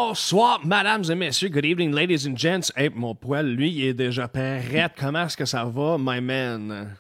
Bonsoir, mesdames et messieurs. Good evening, ladies and gents. Hey, mon poil, lui, il est déjà prêt. Comment est-ce que ça va, my man?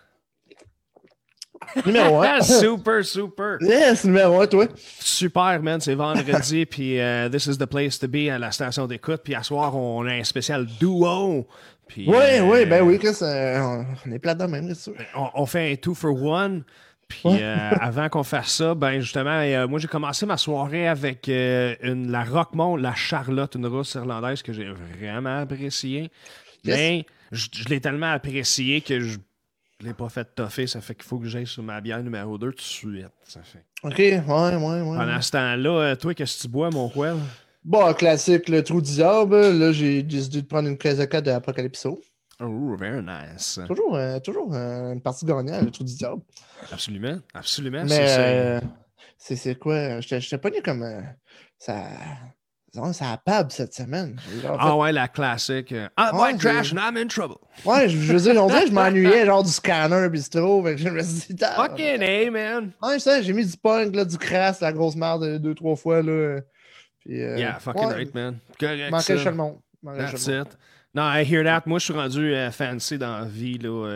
Numéro 1. Super, super. Yes, numéro 1, toi. Super, man. C'est vendredi, puis this is the place to be à la station d'écoute. Puis à soir, on a un spécial duo. Puis, Oui, ben oui, Chris, on est plate de même, c'est sûr. On fait un two for one. Puis avant qu'on fasse ça, ben justement, moi j'ai commencé ma soirée avec la Rockmont, la Charlotte, une rousse irlandaise que j'ai vraiment appréciée. Yes. Mais je l'ai tellement appréciée que je l'ai pas fait toffer. Ça fait qu'il faut que j'aille sur ma bière numéro 2 tout de suite. Ça fait. OK, ouais. Pendant ce temps-là, toi, qu'est-ce que tu bois, mon poil? Bon, classique, le trou du diable. Là, j'ai décidé de prendre une 13 de Apocalypso. Oh, very nice. Toujours une partie gagnante, le trou du diable. Absolument. Mais c'est quoi? J'étais pogné comme ça. Ça a pab cette semaine. Ouais, la classique. I'm trash and I'm in trouble. Ouais, je veux dire, on dirait que je m'ennuyais genre du scanner bistro. Fait que je me suis dit, Fucking A, man. Ouais, ça, j'ai mis du punk, là, du crass, la grosse merde 2-3 fois. Là. Puis, yeah, fucking right, man. Correct. Manquait le monde. That's it. Non, I hear that. Moi, je suis rendu fancy dans la vie, là.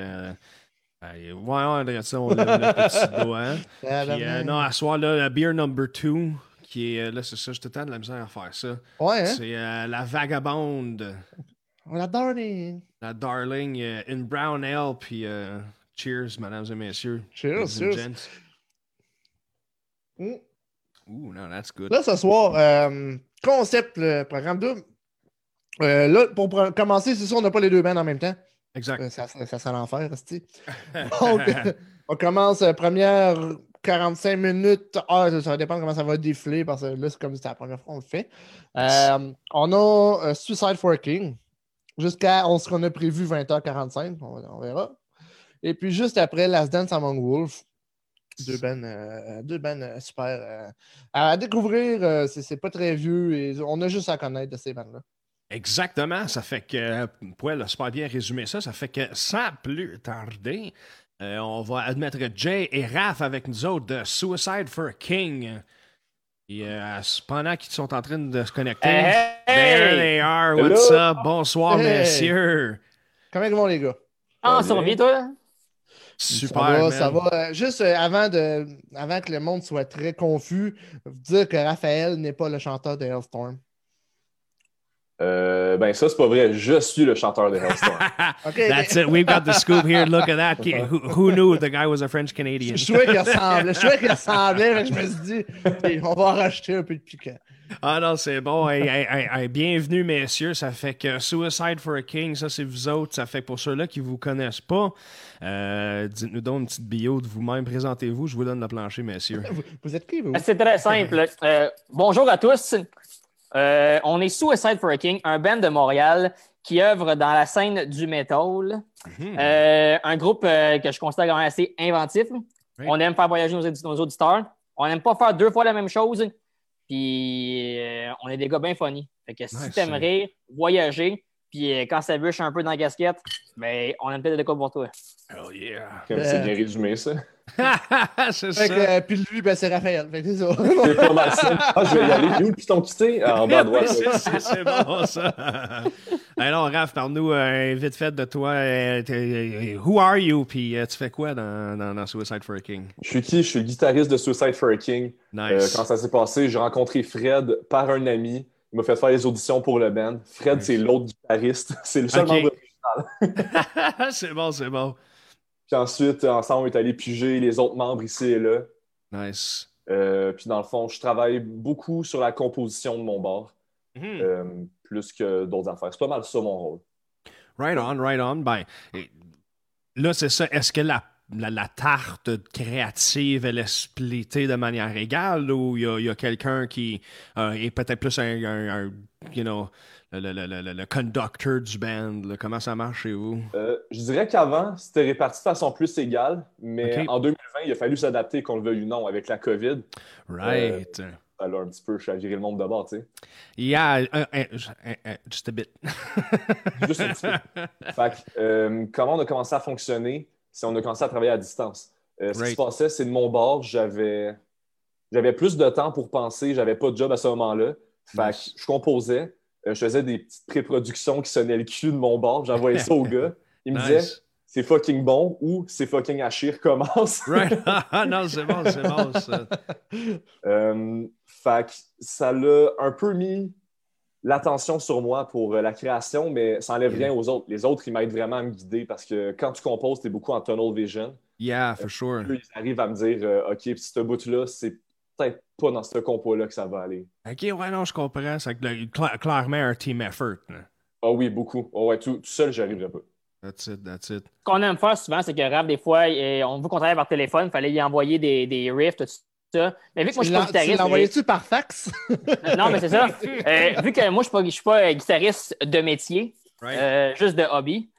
On lève le petit doigt. Puis, non, à soir, là, beer number 2, qui est, là, c'est ça, j'ai tout le temps de la misère à faire ça. Ouais, hein? C'est la Vagabonde. La Darling. La Darling, in Brown Ale, puis cheers, mesdames et messieurs. Cheers. Ooh, no, that's good. Là, ce soir, concept, le programme double. Là, pour commencer, c'est sûr, on n'a pas les deux bands en même temps. Exact. Ça serait l'enfer, c'est. Donc, on commence première 45 minutes. Ça va dépendre comment ça va défiler, parce que là, c'est comme si c'était la première fois qu'on le fait. On a Suicide for a King, jusqu'à ce qu'on a prévu 20h45. On verra. Et puis, juste après, Last Dance Among Wolves. Deux bands super à découvrir. C'est pas très vieux et on a juste à connaître de ces bands-là. Exactement. Ça fait que, Poil a super bien résumé ça. Ça fait que, sans plus tarder, on va admettre Jay et Raph avec nous autres de Suicide for a King. Et pendant qu'ils sont en train de se connecter, there they are. What's up? Bonsoir, messieurs. Comment vont les gars? Ah, ça va bien, toi? Super, ça va. Juste avant que le monde soit très confus, vous dire que Raphaël n'est pas le chanteur de Hellstorm. Ben ça, c'est pas vrai. Je suis le chanteur de Hellstorm. Okay, That's it. We've got the scoop here. Look at that. Who knew the guy was a French-Canadian? Je trouvais qu'il ressemblait. Mais je me suis dit, okay, on va rajouter un peu de piquant. Ah non, c'est bon. Hey, bienvenue, messieurs. Ça fait que Suicide for a King, ça, c'est vous autres. Ça fait que pour ceux-là qui ne vous connaissent pas, dites-nous donc une petite bio de vous-même. Présentez-vous. Je vous donne le plancher, messieurs. Vous êtes qui, vous? C'est très simple. Bonjour à tous. On est Suicide for a King, un band de Montréal qui œuvre dans la scène du metal. Un groupe que je considère quand même assez inventif. Oui. On aime faire voyager nos auditeurs. On n'aime pas faire deux fois la même chose. Puis on est des gars bien funny. Fait que si t'aimes rire, voyager, puis quand ça bûche un peu dans la casquette, ben on aime peut-être des gars pour toi. Hell yeah! C'est bien résumé, ça. C'est ça. Puis lui, ben, c'est Raphaël. Fait que c'est ça. C'est pas mal ça. Ah, je vais y aller. Où le piston quitté? En bas à droite. C'est bon, ça. Alors, Raph, parle-nous vite fait de toi. Who are you? Puis tu fais quoi dans Suicide for a King? Je suis qui? Je suis le guitariste de Suicide for a King. Nice. Quand ça s'est passé, j'ai rencontré Fred par un ami. Il m'a fait faire les auditions pour le band. Fred, c'est l'autre guitariste. C'est le seul membre original. C'est bon. Puis ensuite, ensemble, on est allé piger les autres membres ici et là. Nice. Puis dans le fond, je travaille beaucoup sur la composition de mon bar. Plus que d'autres affaires. C'est pas mal ça, mon rôle. Right on. Ben, là, c'est ça. Est-ce que la tarte créative, elle est splittée de manière égale ou il y a quelqu'un qui est peut-être plus un le conductor du band? Là. Comment ça marche chez vous? Je dirais qu'avant, c'était réparti de façon plus égale, mais en 2020, il a fallu s'adapter, qu'on le veuille ou non, avec la COVID. Right. Ça a un petit peu chaviré le monde de bord, tu sais. Yeah, just a bit. Juste un petit peu. Fait que, comment on a commencé à fonctionner? C'est on a commencé à travailler à distance. Ce qui se passait, c'est de mon bord, j'avais plus de temps pour penser, j'avais pas de job à ce moment-là. Fait que je composais, je faisais des petites pré-productions qui sonnaient le cul de mon bord, j'envoyais ça au gars. Il me disait, c'est fucking bon ou c'est fucking haché, recommence. Right. Non, c'est bon ça. Fait que ça l'a un peu mis l'attention sur moi pour la création, mais ça n'enlève rien aux autres. Les autres, ils m'aident vraiment à me guider parce que quand tu composes, tu es beaucoup en tunnel vision. Yeah, for sure. Ils arrivent à me dire, OK, puis ce bout-là, c'est peut-être pas dans ce compo-là que ça va aller. OK, ouais, non, je comprends. C'est clairement un team effort. Là. Ah oui, beaucoup. Oh, ouais, tout seul, j'y arriverais pas. That's it. Ce qu'on aime faire souvent, c'est que Raph, des fois, on veut qu'on travaille par téléphone, il fallait y envoyer des riffs, tout ça. Mais vu que moi, je suis pas guitariste. Tu l'envoyais-tu par fax? Non, mais c'est ça. Vu que moi, je suis pas guitariste de métier, juste de hobby,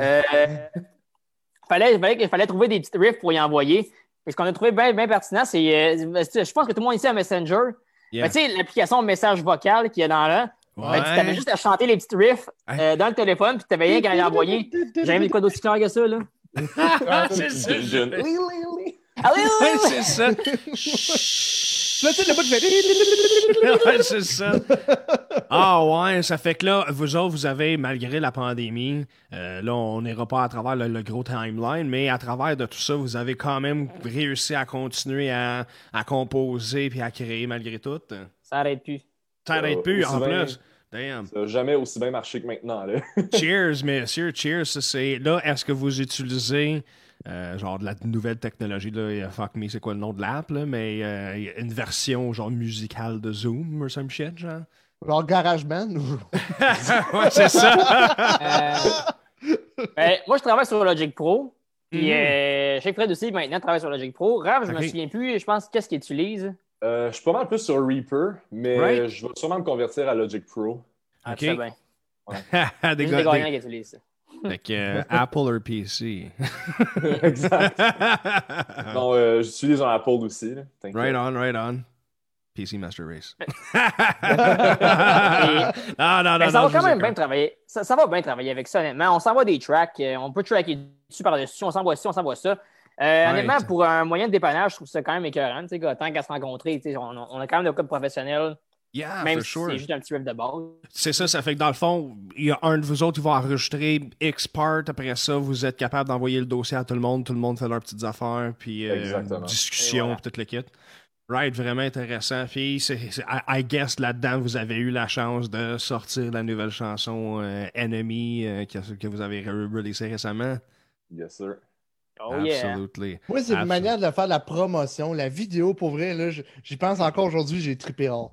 fallait trouver des petits riffs pour y envoyer. Et ce qu'on a trouvé bien pertinent, c'est. Je pense que tout le monde ici a Messenger. Yeah. Tu sais, l'application message vocal qu'il y a dans là. Ouais. Tu avais juste à chanter les petits riffs dans le téléphone, puis tu avais rien qu'à y envoyer. J'avais mis quoi d'aussi clair que ça, là? C'est ça. Allez, c'est ça. Là, tu sais, le bout de Ouais, c'est ça. Ah ouais, ça fait que là, vous autres, vous avez, malgré la pandémie, là, on n'ira pas à travers le gros timeline, mais à travers de tout ça, vous avez quand même réussi à continuer à composer puis à créer malgré tout. Ça n'arrête plus. Ça n'arrête plus, en bien, plus. Damn. Ça n'a jamais aussi bien marché que maintenant. Là. Cheers, messieurs, cheers. Là, est-ce que vous utilisez genre de la nouvelle technologie, là, fuck me, c'est quoi le nom de l'app, là, mais une version genre musicale de Zoom ou some shit, genre? Genre GarageBand ou... Ouais, c'est ça. Moi, je travaille sur Logic Pro. Puis, je sais que Fred aussi, maintenant, travaille sur Logic Pro. Raph, je me souviens plus, je pense, qu'est-ce qu'il utilise? Je suis pas mal plus sur Reaper, mais je vais sûrement me convertir à Logic Pro. Ah, tu sais bien. Ouais. Des gagnants qui utilisent ça. Fait que Apple ou PC. Exact. Non, j'utilise un Apple aussi. Là. Right on. PC Master Race. Non, ça va quand même bien travailler. Ça va bien travailler avec ça, honnêtement. On s'envoie des tracks. On peut tracker dessus par-dessus. On s'envoie ci, on s'envoie ça. Honnêtement, pour un moyen de dépannage, je trouve ça quand même écœurant. Tant qu'à se rencontrer, on a quand même des codes professionnels. Yeah, même for si sure. c'est juste un petit riff de base. C'est ça, ça fait que dans le fond, il y a un de vous autres qui va enregistrer X part. Après ça, vous êtes capable d'envoyer le dossier à tout le monde. Tout le monde fait leurs petites affaires, puis discussion, voilà. puis toute l'équipe. Right, vraiment intéressant. Puis, I guess, là-dedans, vous avez eu la chance de sortir la nouvelle chanson Enemy que vous avez releasée récemment. Yes, sir. Oh, Absolutely. yeah. Moi, c'est une manière de faire de la promotion. La vidéo, pour vrai, là, j'y pense encore aujourd'hui, j'ai trippé rare.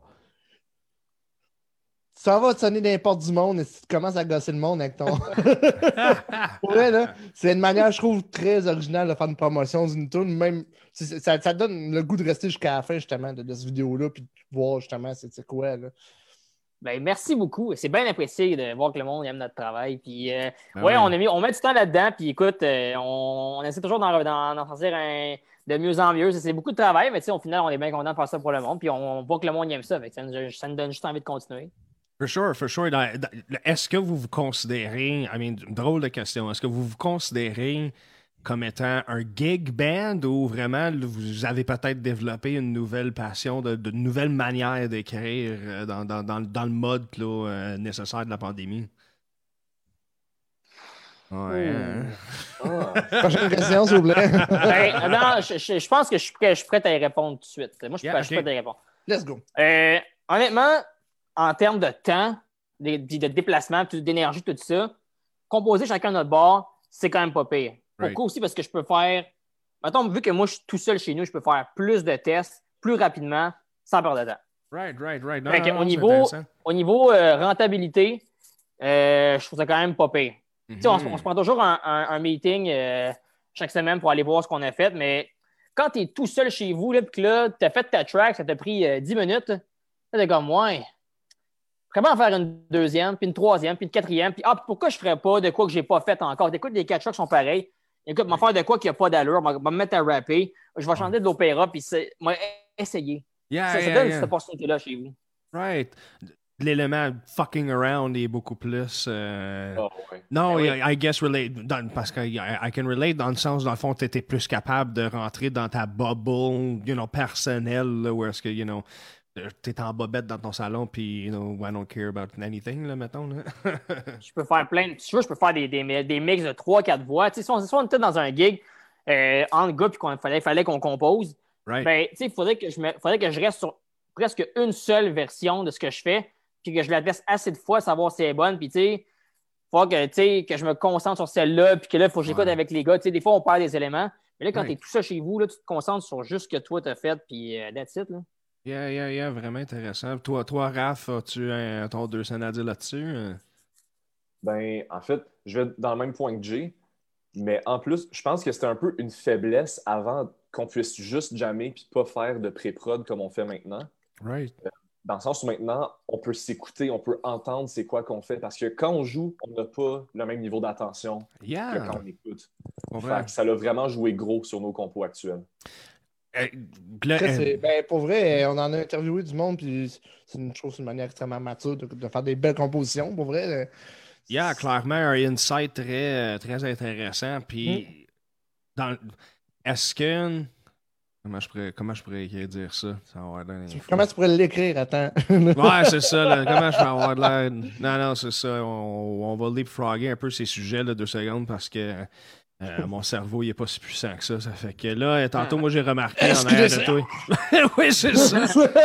Ça va te sonner n'importe du monde et si tu commences à gosser le monde avec ton... Pour vrai, là, c'est une manière, je trouve, très originale de faire une promotion d'une tune. Même, ça donne le goût de rester jusqu'à la fin, justement, de cette vidéo-là, puis de voir, justement, c'est quoi, là. Ben, merci beaucoup. C'est bien apprécié de voir que le monde aime notre travail. Puis, ouais. on met du temps là-dedans. Puis, écoute, on essaie toujours d'en sortir de mieux en mieux. C'est beaucoup de travail, mais au final, on est bien content de faire ça pour le monde. Puis, on voit que le monde aime ça. Fait que ça nous donne juste envie de continuer. For sure. Est-ce que vous vous considérez, drôle de question, est-ce que vous vous considérez comme étant un gig band ou vraiment vous avez peut-être développé une nouvelle passion, de nouvelles manières d'écrire dans le mode là, nécessaire de la pandémie? Ouais. Prochaine question, s'il vous plaît. Non, je pense que je suis prêt à y répondre tout de suite. Moi, je suis prêt à y répondre. Let's go. Honnêtement, en termes de temps, de déplacement, d'énergie, tout ça, composer chacun notre bord, c'est quand même pas pire. Pourquoi aussi? Parce que je peux faire... Mettons, vu que moi, je suis tout seul chez nous, je peux faire plus de tests, plus rapidement, sans perdre de temps. Right. Au niveau rentabilité, je trouve ça quand même pas pire. On se prend toujours un meeting chaque semaine pour aller voir ce qu'on a fait, mais quand tu es tout seul chez vous, puis que là, tu as fait ta track, ça t'a pris 10 minutes, t'es comme, ouais... Comment faire une deuxième, puis une troisième, puis une quatrième, puis pourquoi je ne ferais pas de quoi que je n'ai pas fait encore? Écoute, les 4 tracks sont pareils. Écoute, m'en faire de quoi qu'il n'y a pas d'allure, je vais me mettre à rapper, je vais chanter de l'opéra, puis essayer. Ça donne cette opportunité-là chez vous. Right. L'élément fucking around est beaucoup plus... Non, I guess relate, parce que I can relate dans le sens, dans le fond, tu étais plus capable de rentrer dans ta bubble, personnelle, là, où est-ce que, t'es en bobette dans ton salon, puis I don't care about anything, là, mettons. Là. Je peux faire si tu veux, je peux faire des mix de 3-4 voix. Tu sais, si on était dans un gig entre gars, puis fallait qu'on compose, ben, tu sais, faudrait que je reste sur presque une seule version de ce que je fais, puis que je la teste assez de fois, savoir si elle est bonne, puis tu sais, faut que je me concentre sur celle-là, puis que là, il faut que j'écoute avec les gars. Tu sais, des fois, on perd des éléments, mais là, quand t'es tout ça chez vous, là, tu te concentres sur juste ce que toi, t'as fait, puis that's it, là. Yeah, vraiment intéressant. Toi, Raph, as-tu ton 2 cents à dire là-dessus? Ben, en fait, je vais dans le même point que Jay, mais en plus, je pense que c'était un peu une faiblesse avant qu'on puisse juste jammer puis pas faire de pré-prod comme on fait maintenant. Right. Dans le sens où maintenant, on peut s'écouter, on peut entendre c'est quoi qu'on fait, parce que quand on joue, on n'a pas le même niveau d'attention que quand on écoute. Fait que ça l'a vraiment joué gros sur nos compos actuels. Pour vrai, on en a interviewé du monde, puis c'est une manière extrêmement mature de faire des belles compositions. Pour vrai, clairement, un insight très, très intéressant. Puis, est-ce que. Comment je pourrais dire ça? Comment tu pourrais l'écrire? Attends. Ouais, c'est ça. Là. Comment je peux avoir de l'air? Non, c'est ça. On va leapfrogger un peu ces sujets, là, 2 secondes, parce que mon cerveau, il n'est pas si puissant que ça. Ça fait que là, tantôt, moi, j'ai remarqué en arrière de toi. Oui, c'est ça.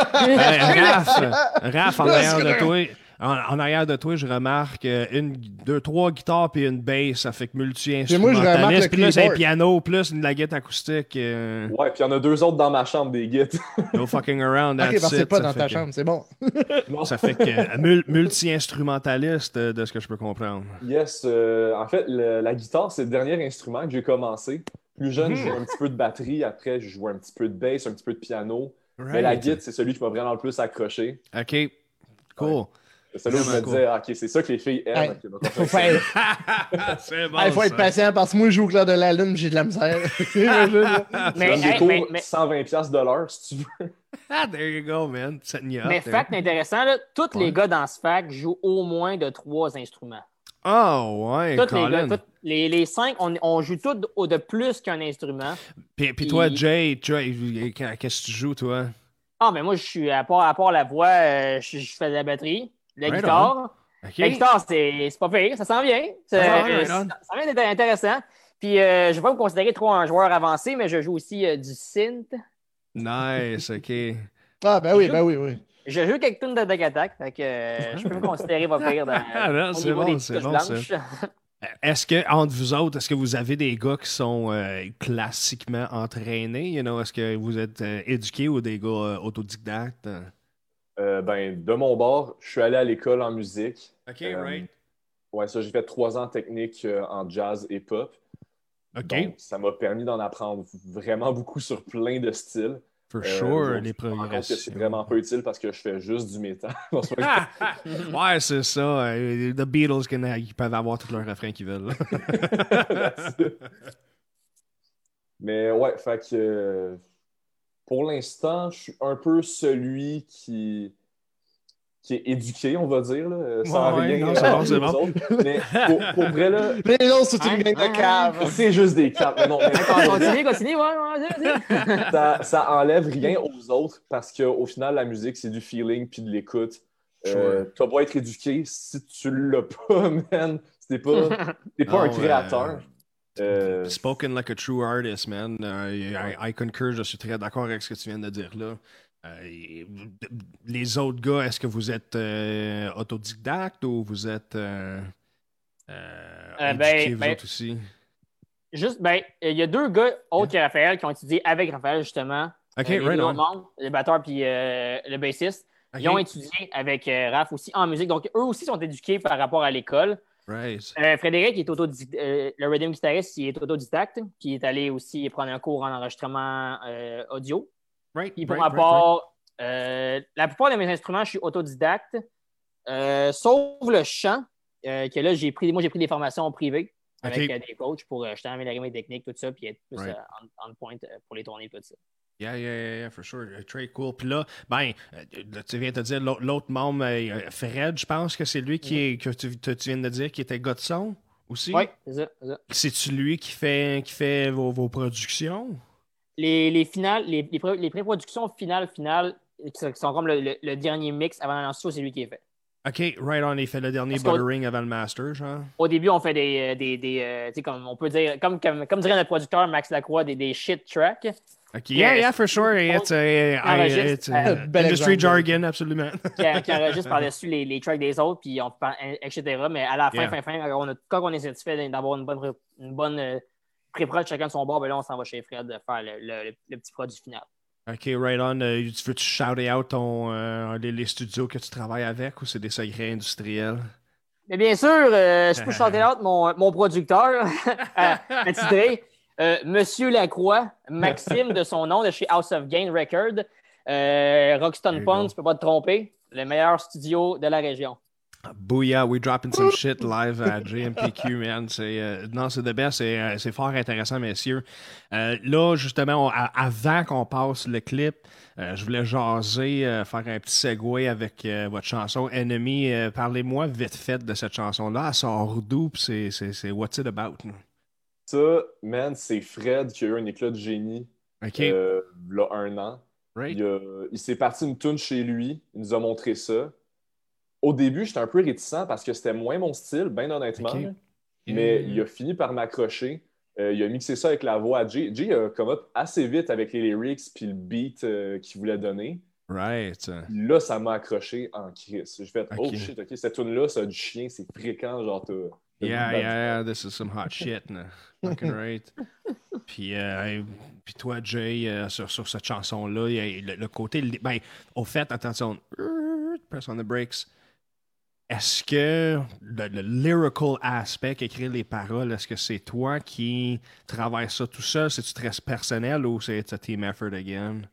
Raph, en arrière de toi. En arrière de toi, je remarque 3 guitares puis une bass. Ça fait que multi-instrumentaliste. Puis là, c'est un piano plus la guitare acoustique. Ouais, puis il y en a 2 autres dans ma chambre, des guides. No fucking around, that's parce que c'est it. pas dans ta chambre, c'est bon. Ça fait que multi-instrumentaliste, de ce que je peux comprendre. Yes. En fait, la guitare, c'est le dernier instrument que j'ai commencé. Plus jeune, je jouais un petit peu de batterie. Après, je jouais un petit peu de bass, un petit peu de piano. Right. Mais la guitare, c'est celui qui m'a vraiment le plus accroché. OK. Cool. Ouais. C'est là où je me disais, OK, c'est ça que les filles aiment. C'est bon, il faut être patient parce que moi, je joue au clair de la lune, j'ai de la misère. mais des cours 120$ de l'heure, si tu veux. There you go, man. Mais fact intéressant, là, tous les gars dans ce fac jouent au moins de 3 instruments. Oh, ouais, les 5, on joue tous de plus qu'un instrument. Puis toi, Jay, qu'est-ce que tu joues, toi? Ah, mais moi, je suis, à part la voix, je fais de la batterie. La guitare. Okay. La guitare, c'est pas pire, ça s'en vient. Ça vient d'être intéressant. Puis, je ne vais pas me considérer trop un joueur avancé, mais je joue aussi du synth. Nice, OK. Ah, ben oui. Je joue quelques tunes de Deck Attack, fait que je peux me considérer pas pire au niveau des touches blanches. Est-ce que, entre vous autres, est-ce que vous avez des gars qui sont classiquement entraînés? Est-ce que vous êtes éduqués ou des gars autodidactes? De mon bord, je suis allé à l'école en musique. OK, right. Ouais, ça, j'ai fait 3 ans technique en jazz et pop. OK. Donc, ça m'a permis d'en apprendre vraiment beaucoup sur plein de styles. For sure, les progressions. C'est vraiment pas utile parce que je fais juste du métal. Ouais, c'est ça. The Beatles, ils peuvent avoir tous leurs refrains qu'ils veulent. Mais ouais, fait que... pour l'instant, je suis un peu celui qui est éduqué, on va dire, là, sans rien. C'est bon. Mais pour vrai, là... Les autres, c'est une gang de caves. C'est juste des caves. Mais non, continue. Ça enlève rien aux autres parce qu'au final, la musique, c'est du feeling puis de l'écoute. T'as beau être éduqué, si tu l'as pas, man, t'es pas un créateur. Spoken like a true artist, man. I concur, je suis très d'accord avec ce que tu viens de dire là. Les autres gars, est-ce que vous êtes autodidacte ou vous êtes éduqués, vous autres aussi? Juste, il y a 2 gars autres que Raphaël qui ont étudié avec Raphaël, justement. OK, right on. Membres, le batteur puis le bassiste. Okay. Ils ont étudié avec Raph aussi en musique. Donc, eux aussi sont éduqués par rapport à l'école. Right. Frédéric, le rhythm guitariste, il est autodidacte, qui est allé aussi prendre un cours en enregistrement audio. Right. Puis pour ma part, la plupart de mes instruments, je suis autodidacte, sauf le chant, que là, j'ai pris des formations privées avec des coachs pour justement améliorer mes techniques, tout ça, puis être plus on point pour les tournées, tout ça. Yeah, for sure. Très cool. Puis là, tu viens de dire l'autre membre, Fred, je pense que c'est lui que tu viens de dire qui était gars de son aussi. Oui, c'est ça. C'est-tu lui qui fait vos productions? Les pré-productions finales, qui sont comme le dernier mix avant de lancer, c'est lui qui est fait. OK, right on, il fait le dernier buttering avant le master, genre. Au début, on fait des tu sais, comme on peut dire, comme dirait notre producteur Max Lacroix, des shit tracks. OK, yeah, for sure. It's industry jargon, absolument. qui enregistre par-dessus les tracks des autres, puis etc. Mais à la fin, quand on est satisfait d'avoir une bonne pré-prod de chacun de son bord, ben là, on s'en va chez Fred de faire le petit produit final. OK, right on. Veux-tu shouter out les studios que tu travailles avec ou c'est des secrets industriels? Mais bien sûr, je peux shouter out mon producteur, attitré, Monsieur Lacroix, Maxime de son nom, de chez House of Gain Record. Rockstone Pond, tu peux pas te tromper, le meilleur studio de la région. Booyah, we're dropping some shit live à JMPQ, man. Non, c'est the best, c'est fort intéressant, messieurs. Là, justement, avant qu'on passe le clip, je voulais jaser, faire un petit segue avec votre chanson Enemy. Parlez-moi vite fait de cette chanson-là. Elle sort d'où, puis c'est What's It About? Ça, man, c'est Fred qui a eu un éclat de génie il y a 1 an. Right. Il s'est parti une toune chez lui, il nous a montré ça. Au début, j'étais un peu réticent parce que c'était moins mon style, bien honnêtement. Mais il a fini par m'accrocher. Il a mixé ça avec la voix à Jay. Jay a come up assez vite avec les lyrics puis le beat qu'il voulait donner. Right. Là, ça m'a accroché en crise. J'ai fait, oh shit, OK, cette tune-là, ça a du chien, c'est fréquent, genre Yeah, this is some hot shit. Fucking right. Puis toi, Jay, sur cette chanson-là, il y a le côté... Ben, au fait, attention, press on the brakes. Est-ce que le lyrical aspect, écrire les paroles, est-ce que c'est toi qui travailles ça tout seul? C'est-tu très personnel ou c'est un team effort again?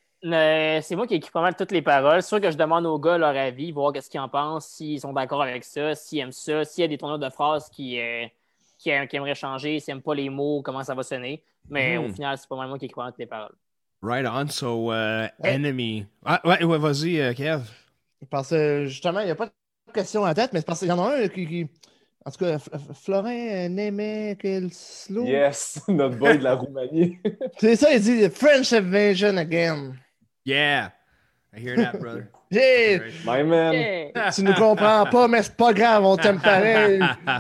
C'est moi qui écris pas mal toutes les paroles. C'est sûr que je demande aux gars leur avis, voir qu'est-ce qu'ils en pensent, s'ils sont d'accord avec ça, s'ils aiment ça, s'il y a des tournures de phrases qui aimeraient changer, s'ils n'aiment pas les mots, comment ça va sonner. Mais au final, c'est pas mal moi qui écris pas mal toutes les paroles. Right on, so Enemy. Ouais, vas-y, Kev. Parce que justement, il n'y a pas de question en tête, mais c'est parce qu'il y en a un qui... En tout cas, Florin n'aimait que le slow. Yes, notre boy de la Roumanie. C'est ça, il dit French Invasion again. Yeah, I hear that, brother. Yeah. My man. Yeah. Tu nous comprends pas, mais c'est pas grave, on t'aime pareil.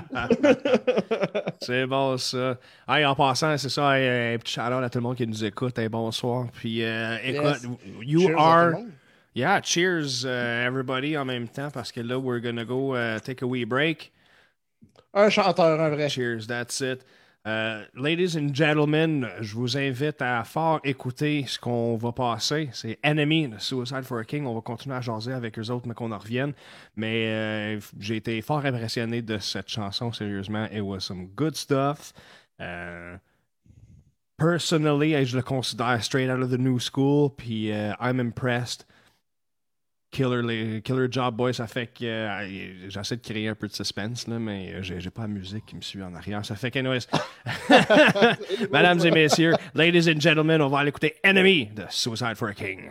C'est bon, ça. Hey, en passant, c'est ça, un petit shout-out à tout le monde qui nous écoute. Hey, bonsoir. Puis, écoute, you Cheers are... Yeah, cheers, everybody, en même temps, parce que là, we're gonna go take a wee break. Un chanteur, un vrai. Cheers, that's it. Ladies and gentlemen, je vous invite à fort écouter ce qu'on va passer. C'est Enemy de Suicide for a King. On va continuer à jaser avec eux autres, mais qu'on en revienne. Mais j'ai été fort impressionné de cette chanson, sérieusement. It was some good stuff. Personally, je le considère straight out of the new school. Puis I'm impressed. Killer job, boy. Ça fait que j'essaie de créer un peu de suspense, là, mais j'ai pas la musique qui me suit en arrière. Ça fait que, anyways, mesdames et messieurs, ladies and gentlemen, on va aller écouter Enemy de Suicide for a King.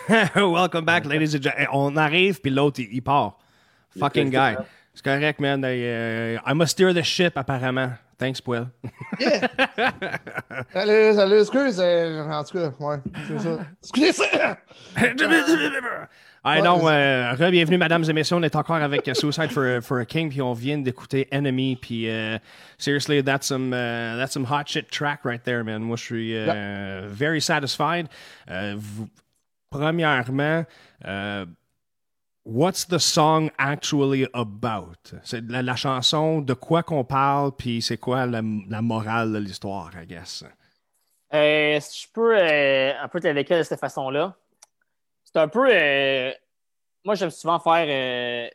Welcome back, ladies and gentlemen. On arrive, puis l'autre, il part. Fucking guy. C'est correct, man. I must steer the ship, apparemment. Thanks, Puel. Yeah! Salut, excuse. En tout cas, ouais, c'est ça. Excusez ça! Non, bienvenue, mesdames et messieurs. On est encore avec Suicide for a King, puis on vient d'écouter Enemy, puis seriously, that's some hot shit track right there, man. Moi, je suis very satisfied. Premièrement, what's the song actually about? C'est la chanson, de quoi qu'on parle, puis c'est quoi la morale de l'histoire, I guess? Si je peux un peu te décrire de cette façon-là, c'est un peu... moi, j'aime souvent faire...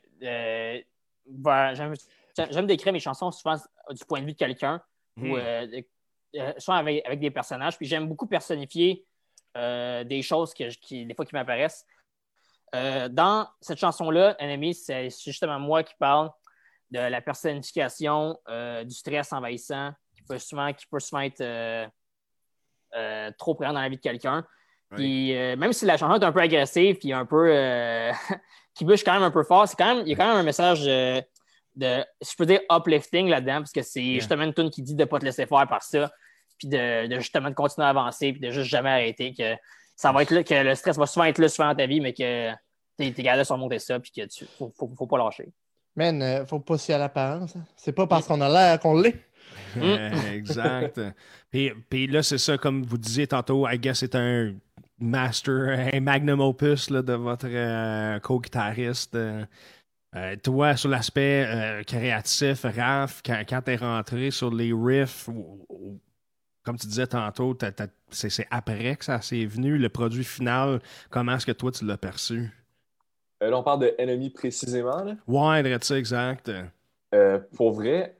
j'aime décrire mes chansons souvent du point de vue de quelqu'un, ou souvent avec des personnages, puis j'aime beaucoup personnifier des choses des fois qui m'apparaissent. Dans cette chanson-là, Enemy, c'est justement moi qui parle de la personnification du stress envahissant qui peut souvent être trop présent dans la vie de quelqu'un. Oui. Puis, même si la chanson est un peu agressive puis un peu qui bouge quand même un peu fort, il y a quand même un message de je peux dire uplifting là-dedans, parce que c'est justement une tune qui dit de ne pas te laisser faire par ça, puis de justement de continuer à avancer, puis de juste jamais arrêter, que ça va être là, que le stress va souvent être là souvent dans ta vie, mais que t'es capable de surmonter ça, puis que faut pas lâcher. Man, faut pas s'y à l'apparence. Hein. C'est pas parce qu'on a l'air qu'on l'est. Exact. Puis là, c'est ça, comme vous disiez tantôt, I guess c'est un magnum opus là, de votre co-guitariste. Toi, sur l'aspect créatif, Raph, quand t'es rentré sur les riffs, comme tu disais tantôt, c'est après que ça s'est venu, le produit final. Comment est-ce que toi, tu l'as perçu? Là, on parle de Enemy précisément. Là. Ouais, c'est ça, exact. Pour vrai,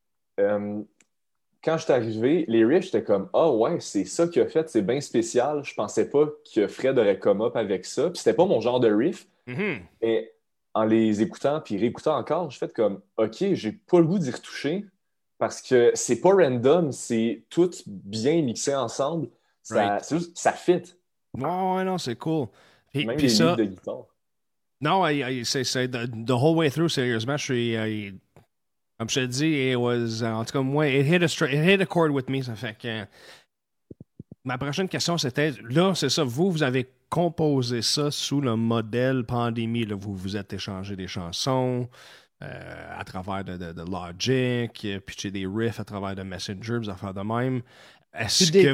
quand je suis arrivé, les riffs, j'étais comme « Ah ouais, c'est ça qu'il a fait, c'est bien spécial. Je pensais pas que Fred aurait come up avec ça. » Puis c'était pas mon genre de riff. Mm-hmm. Mais en les écoutant puis réécoutant encore, j'ai fait comme « OK, j'ai pas le goût d'y retoucher. » Parce que c'est pas random, c'est tout bien mixé ensemble. C'est juste, ça fit. Ouais, non, c'est cool. Même les livres de guitare. Non, c'est the whole way through, sérieusement, je suis... comme je te dis, it was... en tout cas, moi, it hit a chord with me, ça fait que... Ma prochaine question, c'était... Là, c'est ça, vous avez composé ça sous le modèle pandémie, là, vous vous êtes échangé des chansons... à travers de Logic, pitcher des riffs à travers de Messenger, des affaires de même. Est-ce que...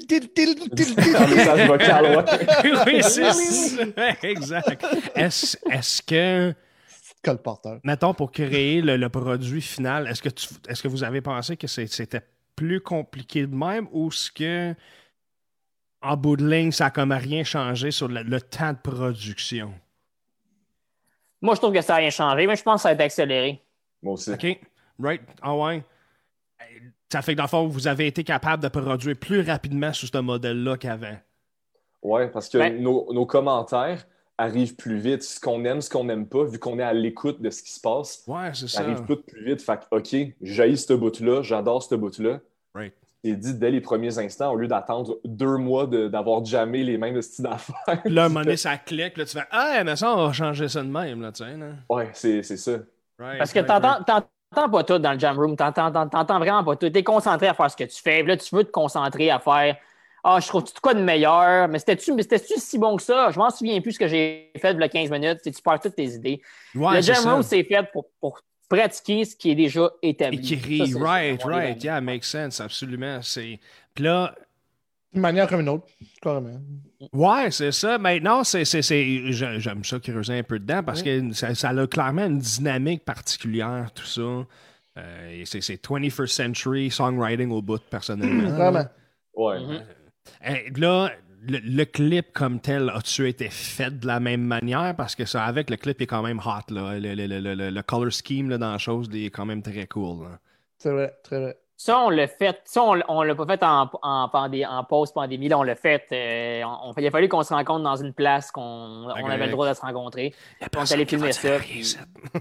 Oui, c'est ça. Exact. Est-ce que... Colporteur. Mettons, pour créer le produit final, est-ce que vous avez pensé que c'était plus compliqué de même ou est-ce que, en bout de ligne, ça n'a comme rien changé sur le temps de production? Moi, je trouve que ça n'a rien changé, mais je pense que ça a été accéléré. Moi aussi. OK. Right. Ah ouais. Ça fait que, dans le fond, vous avez été capable de produire plus rapidement sur ce modèle-là qu'avant. Oui, parce que nos commentaires arrivent plus vite. Ce qu'on n'aime pas, vu qu'on est à l'écoute de ce qui se passe, c'est ça arrive tout plus vite. Fait que, OK, j'haïs ce bout-là, j'adore ce bout-là. Right. C'est dit dès les premiers instants, au lieu d'attendre 2 mois d'avoir jamais les mêmes styles d'affaires. Là, à un moment donné, ça clique, là, tu fais « Ah, mais ça, on va changer ça de même, là, tu sais. » Ouais, c'est ça. Right, parce que t'entends pas tout dans le jam room, t'entends vraiment pas tout. T'es concentré à faire ce que tu fais, là, tu veux te concentrer à faire « Ah, je trouve quoi de meilleur? Mais c'était-tu si bon que ça? Je m'en souviens plus ce que j'ai fait il y a 15 minutes. » Tu perds toutes tes idées. Ouais, le jam room, c'est fait pour pratiquer ce qui est déjà établi. Écrit, ça, right. Yeah, makes sense, absolument. Puis là... D'une manière comme une autre, carrément. Ouais, c'est ça. Maintenant, j'aime ça creuser un peu dedans parce que ça a clairement une dynamique particulière, tout ça. C'est 21st century songwriting au bout, personnellement. Vraiment. Ouais. Là, le clip comme tel, a-tu été fait de la même manière? Parce que ça, avec le clip, il est quand même hot, là. Le color scheme là, dans la chose, il est quand même très cool. Là. C'est vrai, très vrai. Ça, on l'a fait. Ça, on l'a pas fait en post-pandémie. Là, on l'a fait. Il a fallu qu'on se rencontre dans une place qu'on avait le droit de se rencontrer. On est allé filmer ça. Puis...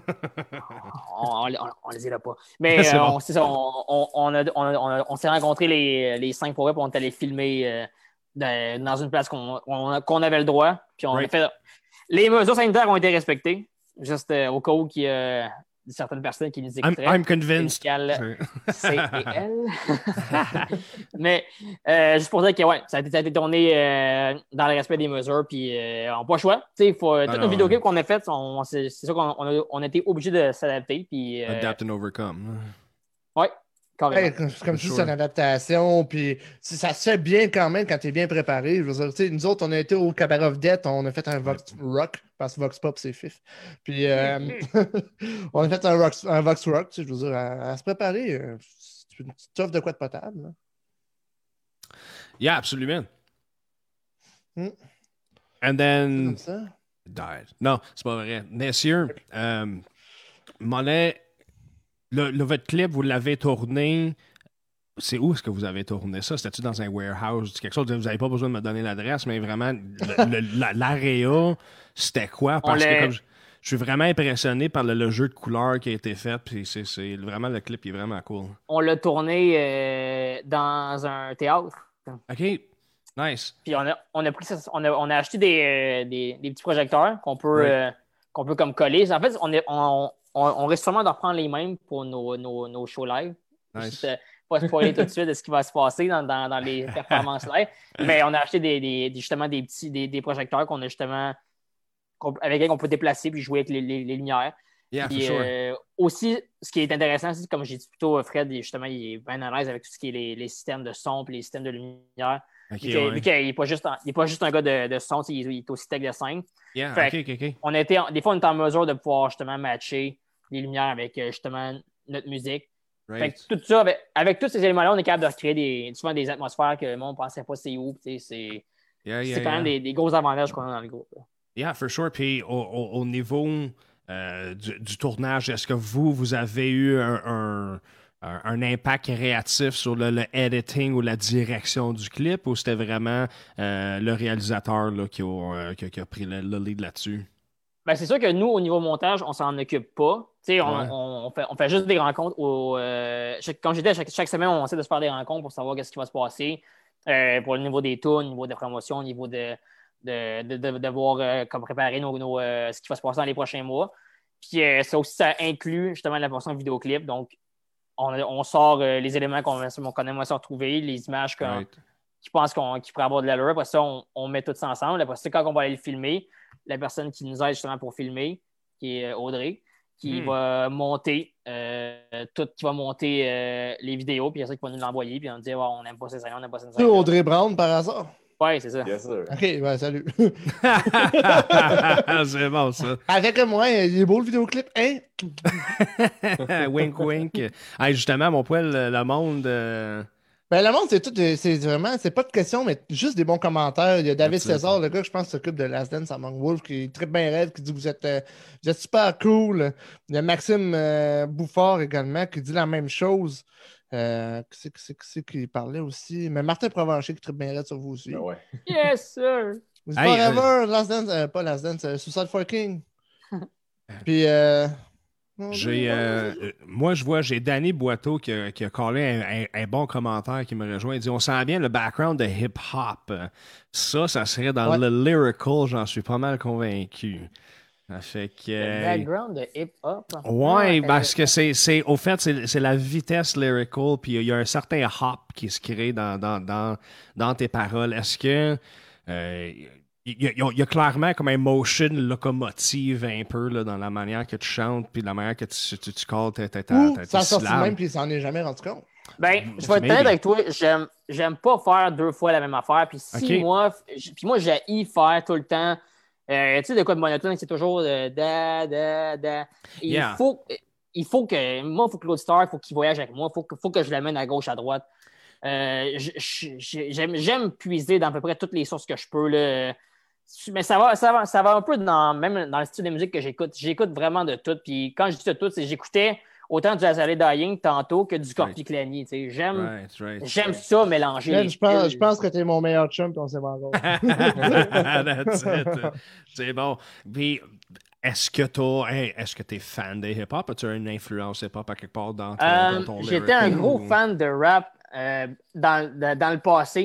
on les dira pas. Mais c'est ça, on s'est rencontrés les 5 pour eux, puis on est allé filmer dans une place qu'on avait le droit. Puis on a fait. Les mesures sanitaires ont été respectées. Juste au cas où il y a certaines personnes qui nous écouteraient. I'm convinced. C et L. Mais juste pour dire que ça a été tourné dans le respect des mesures, puis on n'a pas le choix. Toutes nos vidéoclips qu'on a faites, c'est sûr qu'on a été obligé de s'adapter. Puis, adapt and overcome. Oui, carrément. Ouais, comme tu dis, c'est une adaptation, puis ça se fait bien quand même quand tu es bien préparé. Je veux dire, nous autres, on a été au Cabaret of Death, on a fait un Vox Rock, parce que Vox Pop, c'est fif. Puis on a fait un Vox Rock, je veux dire, à se préparer. Tu t'offres de quoi de potable. Là. Yeah, absolument. And then... Died. Non, c'est pas vrai. Messieurs, Monet... votre clip, vous l'avez tourné. C'est où est-ce que vous avez tourné ça? C'était-tu dans un warehouse? Quelque chose, vous n'avez pas besoin de me donner l'adresse, mais vraiment, l'area, c'était quoi? Parce que je suis vraiment impressionné par le jeu de couleurs qui a été fait. Puis c'est vraiment, le clip est vraiment cool. On l'a tourné dans un théâtre. OK. Nice. Puis on a acheté des petits projecteurs qu'on peut comme coller. En fait, on risque sûrement de reprendre les mêmes pour nos shows live. Nice. Juste, pas spoiler tout de suite de ce qui va se passer dans les performances live. Mais on a acheté justement des projecteurs qu'on a justement avec lesquels on peut déplacer puis jouer avec les lumières. Yeah, puis, for sure. Aussi, ce qui est intéressant, c'est comme j'ai dit plus tôt, Fred, justement, il est bien à l'aise avec tout ce qui est les systèmes de son et les systèmes de lumière. Okay, vu qu'il n'est pas juste un gars de son, il est aussi tech de scène. Yeah, fait OK. des fois, on est en mesure de pouvoir justement matcher les lumières avec justement notre musique. Right. Fait que tout ça, avec tous ces éléments-là, on est capable de recréer souvent des atmosphères que le monde ne pensait pas c'est où. C'est quand même des gros avantages qu'on a dans le groupe. Là. Yeah, for sure. Puis au niveau du tournage, est-ce que vous avez eu un impact créatif sur le editing ou la direction du clip, ou c'était vraiment le réalisateur là, qui a pris le lead là-dessus? Ben, c'est sûr que nous, au niveau montage, on s'en occupe pas. On fait juste des rencontres. Comme j'ai dit, chaque semaine, on essaie de se faire des rencontres pour savoir ce qui va se passer pour le niveau des tours, au niveau de promotion, au niveau de voir comme préparer ce qui va se passer dans les prochains mois. Puis ça inclut justement la portion vidéoclip. Donc, on sort les éléments qu'on aimerait se retrouver, les images qui pensent qu'il pourrait avoir de l'allure. Après ça, on met tout ça ensemble. Après ça, quand on va aller le filmer, la personne qui nous aide justement pour filmer, qui est Audrey, qui va monter les vidéos, puis il y a ça qui va nous l'envoyer, puis on dit on n'aime pas ces scènes, on n'aime pas ces scènes. C'est Audrey Brown par hasard? Oui, c'est ça. Yes, sir. OK, ben salut. C'est bon, ça. Avec moi, il est beau le vidéoclip, hein? Wink, wink. Hey, justement, mon poil, le monde... Ben, le monde, c'est pas de question, mais juste des bons commentaires. Il y a David César, le gars que je pense s'occupe de Last Dance Among Wolves, qui tripe bien rêve, qui dit que vous êtes super cool. Il y a Maxime Bouffard également, qui dit la même chose. Qui parlait aussi? Mais Martin Provencher qui tripe bien rêve sur vous aussi. Ben ouais. Yes, sir! C'est Forever, Last Dance, pas Last Dance, Suicide for King. Puis, moi, j'ai Danny Boiteau qui a collé un bon commentaire qui me rejoint. Il dit on sent bien le background de hip-hop. Ça serait dans le lyrical, j'en suis pas mal convaincu. Ça fait que, le background de hip-hop. Ouais, parce que au fait, c'est la vitesse lyrical, puis il y a un certain hop qui se crée dans tes paroles. Est-ce que. Il y a clairement comme un motion locomotive un peu là, dans la manière que tu chantes puis la manière que tu calls ça sorti même puis il s'en est jamais rendu compte. Ben, je vais être honnête avec toi, j'aime pas faire 2 fois la même affaire. Puis moi, j'ai faire tout le temps. Tu sais, de quoi de monotone, c'est toujours da. Il faut que l'auditeur, il faut qu'il voyage avec moi, il faut que je l'amène à gauche, à droite. J'aime puiser dans à peu près toutes les sources que je peux. Là. Mais ça va un peu même dans le style de musique que j'écoute. J'écoute vraiment de tout. Puis quand je dis de tout, c'est j'écoutais autant du Jazz Dying tantôt que du Corpiclani. J'aime ça mélanger. Je pense que t'es mon meilleur chum puis on s'est vendu. That's it. C'est bon. Puis, est-ce que t'es fan de hip-hop? As-tu une influence hip-hop à quelque part dans ton J'étais un gros fan de rap dans le passé.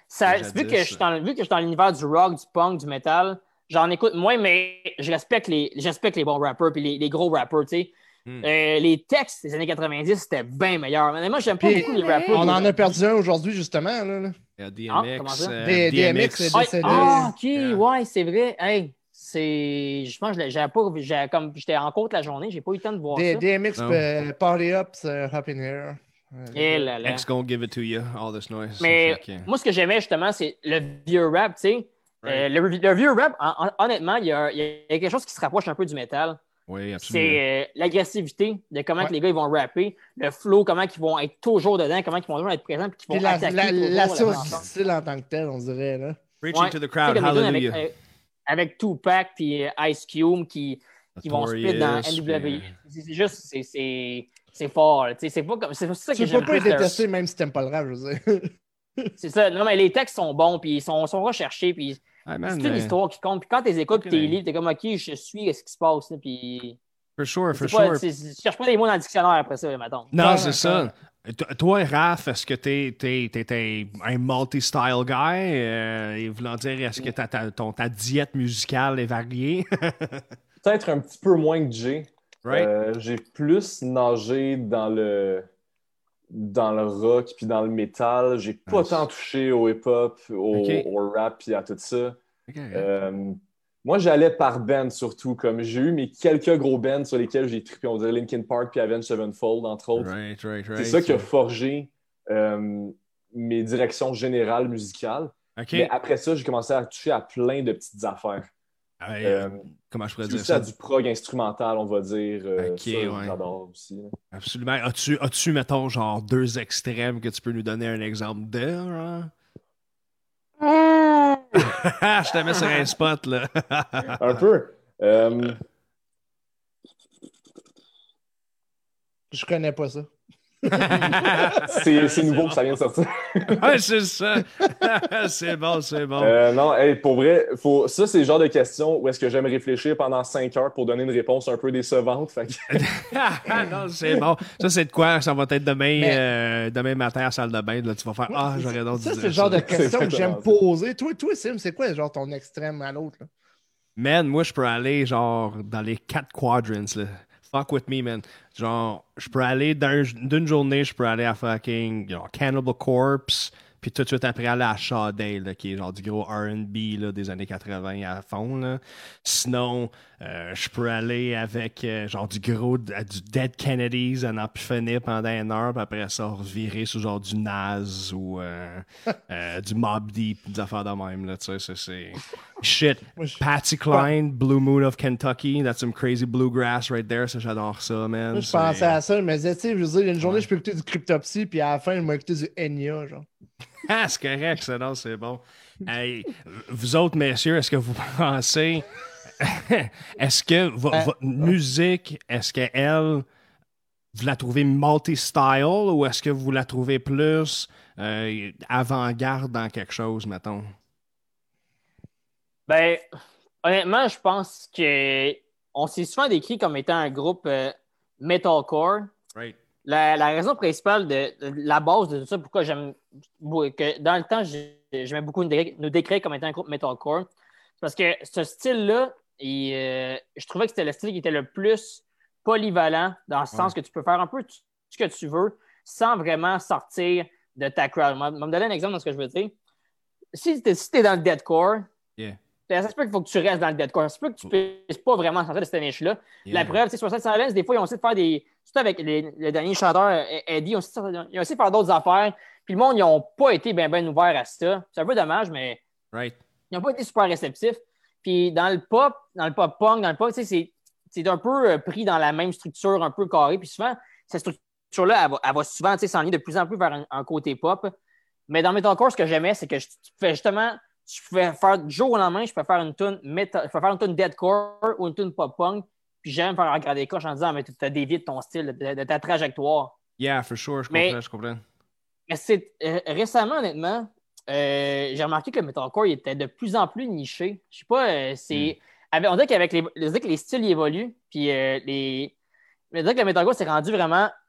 vu que je suis dans l'univers du rock, du punk, du metal, j'en écoute moins, mais je respecte les bons rappers puis les gros rappers, tu sais. Les textes des années 90, c'était bien meilleur. Mais moi, j'aime pas beaucoup les rappers. On en a perdu un aujourd'hui, justement. Là. DMX. DMX est décédé. OK, ouais, c'est vrai. Hey, je pense que j'étais en côte la journée, j'ai pas eu le temps de voir ça. DMX, Party Up, Up in Here. X gonna give it to you, all this noise. Mais moi, ce que j'aimais justement, c'est le vieux rap, tu sais. Right. Le vieux rap, honnêtement, il y a quelque chose qui se rapproche un peu du métal. Oui, absolument. C'est l'agressivité de comment que les gars ils vont rapper, le flow, comment ils vont être toujours dedans, comment ils vont toujours être présents, puis qu'ils vont attaquer. La source du style en tant que tel, on dirait. Là. Preaching to the crowd, hallelujah. Avec Tupac puis Ice Cube qui vont split dans NWA. C'est juste, c'est fort. C'est pas comme, c'est ça que tu peux pas être détesté même si t'aimes pas le rap, je veux dire. C'est ça. Non, mais les textes sont bons, puis ils sont recherchés, puis c'est une histoire qui compte. Puis quand tu les écoutes, puis tu les lis, t'es comme, OK, je suis ce qui se passe. Là, puis... For sure. Je cherche pas des mots dans le dictionnaire après ça, mettons. Non, c'est ça. Toi, Raph, est-ce que t'es un multi-style guy? Et voulant dire, est-ce que ta diète musicale est variée? Peut-être un petit peu moins que Jay. Right. J'ai plus nagé dans le rock puis dans le métal. J'ai pas tant touché au hip-hop, au rap puis à tout ça. Moi, j'allais par band surtout. Comme j'ai eu mes quelques gros bands sur lesquels j'ai trippé. On dirait Linkin Park puis Avenged Sevenfold, entre autres. Right. C'est ça qui a forgé mes directions générales musicales. Mais après ça, j'ai commencé à toucher à plein de petites affaires. Comment je pourrais dire ça? À du prog instrumental, on va dire. J'adore aussi. Là. Absolument. As-tu, mettons, genre 2 extrêmes que tu peux nous donner un exemple de? Hein? Je te mets sur un spot, là. Un peu. Je connais pas ça. c'est nouveau que ça vient de sortir. Ouais, c'est ça. c'est bon. Non, pour vrai, ça, c'est le genre de question où est-ce que j'aime réfléchir pendant 5 heures pour donner une réponse un peu décevante. Fait que... non, c'est bon. Ça, c'est de quoi? Ça va être demain matin à la salle de bain. Là, tu vas faire j'aurais d'autres idées. Ça, c'est le genre de question que j'aime poser. Toi, Sim, c'est quoi genre ton extrême à l'autre? Là? Man, moi, je peux aller genre dans les 4 quadrants. Là. Fuck with me, man. Genre, je peux aller d'une journée, je peux aller à fucking Cannibal Corpse, puis tout de suite après aller à Sade, là, qui est genre du gros R&B là, des années 80 à fond. Là. Sinon, je peux aller avec genre du Dead Kennedys à n'en plus finir pendant 1 heure, puis après ça, revirer sur genre du Nas ou du Mobb Deep, des affaires de même. Là, tu sais, c'est... Shit. Patsy Cline, Blue Moon of Kentucky, that's some crazy bluegrass right there. Ça, j'adore ça, man. Moi, je pensais à ça, je me disais, tu sais, je veux dire, une journée, je peux écouter du Cryptopsy, puis à la fin, je vais écouter du Enya, genre. C'est correct, ça, non, c'est bon. Hey, vous autres, messieurs, est-ce que vous pensez... est-ce que votre musique, est-ce qu'elle, vous la trouvez multi-style ou est-ce que vous la trouvez plus avant-garde dans quelque chose, mettons? Ben, honnêtement, je pense qu'on s'est souvent décrit comme étant un groupe metalcore. Right. La raison principale de la base de tout ça, pourquoi j'aime que dans le temps, j'aimais beaucoup nous décrire comme étant un groupe metalcore, c'est parce que ce style-là, je trouvais que c'était le style qui était le plus polyvalent, dans le sens que tu peux faire un peu ce que tu veux sans vraiment sortir de ta crowd. Je vais me donner un exemple de ce que je veux dire. Si tu es dans le deathcore, ça se peut qu'il faut que tu restes dans le deathcore. Ça se peut que tu ne puisses pas vraiment sortir de cette niche-là. La preuve, c'est sur cette Silence, des fois, ils ont essayé de faire surtout avec le dernier chanteur, Eddie, ils ont essayé de faire d'autres affaires. Puis le monde, ils n'ont pas été bien ouverts à ça. C'est un peu dommage, mais ils n'ont pas été super réceptifs. Puis dans le pop punk, dans le pop, c'est un peu pris dans la même structure, un peu carré. Puis souvent, cette structure-là, elle va souvent s'enligner de plus en plus vers un côté pop. Mais dans le metalcore, ce que j'aimais, c'est que je pouvais faire du jour au lendemain, je peux faire une tune deathcore ou une tune pop-punk, puis j'aime faire regarder les coches en disant, mais tu as dévié de ton style, de ta trajectoire. Yeah, for sure, je comprends. Mais c'est récemment, honnêtement, j'ai remarqué que le metalcore il était de plus en plus niché. Je sais pas, on dirait qu'avec les styles évoluent, puis on dirait que le metalcore s'est rendu vraiment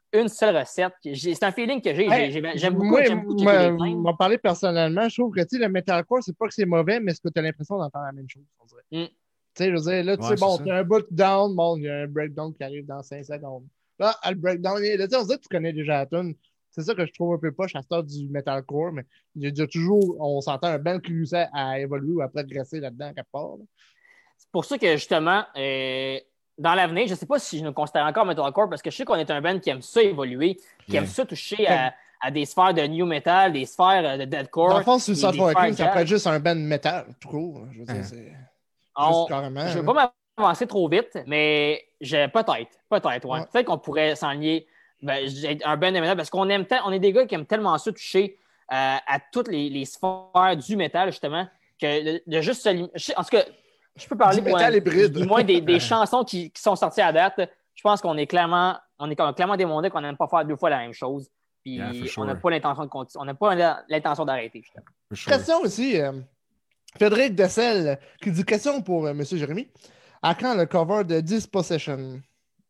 une seule recette. C'est un feeling que j'ai. J'aime beaucoup. Moi, J'aime beaucoup checker les scènes. m'en parler personnellement, je trouve que le metalcore, c'est pas que c'est mauvais, mais c'est que tu as l'impression d'entendre la même chose, on dirait. Tu sais, je veux dire, là, tu sais, bon, tu as un bout down, bon, il y a un breakdown qui arrive dans 5 secondes. Là, le breakdown, là, on dirait que tu connais déjà la tune. C'est ça que je trouve un peu poche à cette heure du metalcore, mais il y a toujours, on s'entend un band qui réussit à évoluer ou à progresser là-dedans quelque part. Là. C'est pour ça que, justement, dans l'avenir, je ne sais pas si je nous considère encore metalcore, parce que je sais qu'on est un band qui aime ça évoluer, qui aime ça toucher à des sphères de new metal, des sphères de deathcore. Dans le fond, Suicide for a King, ça peut être juste un band metal, tout court. Je veux dire, c'est juste carrément. Je ne veux pas m'avancer trop vite, mais peut-être, ouais. Peut-être qu'on pourrait s'enligner un band de metal, parce qu'on aime on est des gars qui aiment tellement ça toucher à toutes les sphères du metal, justement, que de juste se en tout cas, je peux parler du moins des chansons qui sont sorties à date. Je pense qu'on est clairement démontré qu'on n'aime pas faire 2 fois la même chose. Puis on n'a pas l'intention de continuer. On n'a pas l'intention d'arrêter. Question aussi, Frédéric Dessel, qui dit question pour M. Jérémy. À quand le cover de Dispossession?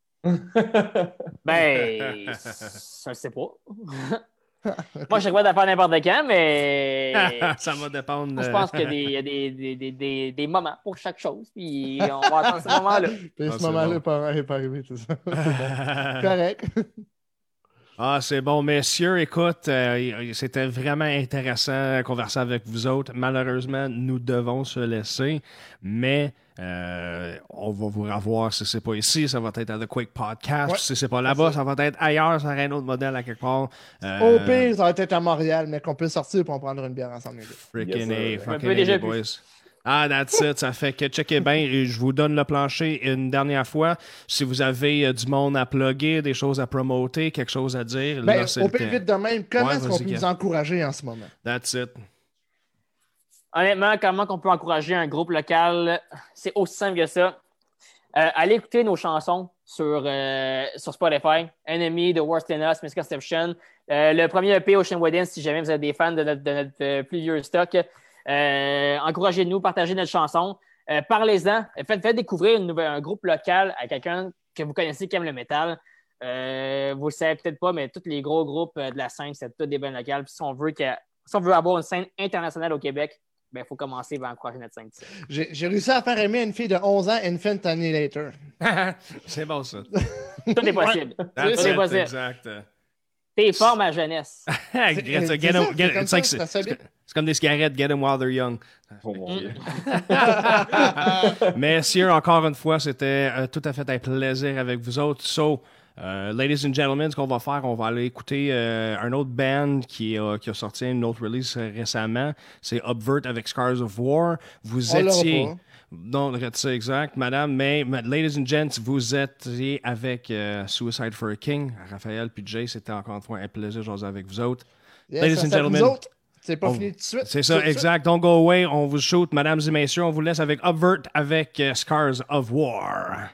Ben, ça ne sais pas. Moi, je suis capable de faire n'importe quand, mais. Ça va dépendre. Je pense qu'il y a des moments pour chaque chose. Puis on va attendre ce moment-là. Puis ce moment-là n'est pas arrivé, c'est ça. C'est bon. Correct. C'est bon, messieurs. Écoute, c'était vraiment intéressant de converser avec vous autres. Malheureusement, nous devons se laisser, mais on va vous revoir si c'est pas ici. Ça va être à The Quake Podcast. Si c'est pas là-bas, ça va être ailleurs. Ça va être un autre modèle à quelque part. Au pire, ça va être à Montréal, mais qu'on peut sortir pour en prendre une bière ensemble. Freaking A, boys. That's it. Ça fait que checkez bien. Je vous donne le plancher une dernière fois. Si vous avez du monde à plugger, des choses à promoter, quelque chose à dire, là, c'est au pire, vite de même, comment est-ce qu'on peut vous encourager en ce moment? That's it. Honnêtement, comment on peut encourager un groupe local? C'est aussi simple que ça. Allez écouter nos chansons sur Spotify. Enemy, The Worst in Us, Misconception. Le premier EP, Ocean Within, si jamais vous êtes des fans de notre plus vieux stock. Encouragez-nous, partagez notre chanson. Parlez-en. Faites découvrir un groupe local à quelqu'un que vous connaissez qui aime le métal. Vous ne le savez peut-être pas, mais tous les gros groupes de la scène, c'est tous des bands locales. Puis si on veut avoir une scène internationale au Québec, il faut commencer par encourager notre scène. J'ai réussi à faire aimer une fille de 11 ans Infant Annihilator. C'est bon, ça. Tout est possible. Tout est possible. Exact. T'es fort, ma jeunesse. C'est comme des cigarettes, get them while they're young. Messieurs, encore une fois, c'était tout à fait un plaisir avec vous autres. So, ladies and gentlemen, ce qu'on va faire, on va aller écouter un autre band qui a sorti une autre release récemment. C'est Upvert avec Scars of War. Vous étiez... Non, c'est exact, madame. Mais, ladies and gents, vous étiez avec Suicide for a King. Raphaël puis Jay, c'était encore une fois un plaisir de jouer avec vous autres. Yes, ladies and gentlemen. C'est pas fini tout de suite. C'est ça, exact. Don't go away. On vous shoot, mesdames et messieurs. On vous laisse avec Upvert avec Scars of War.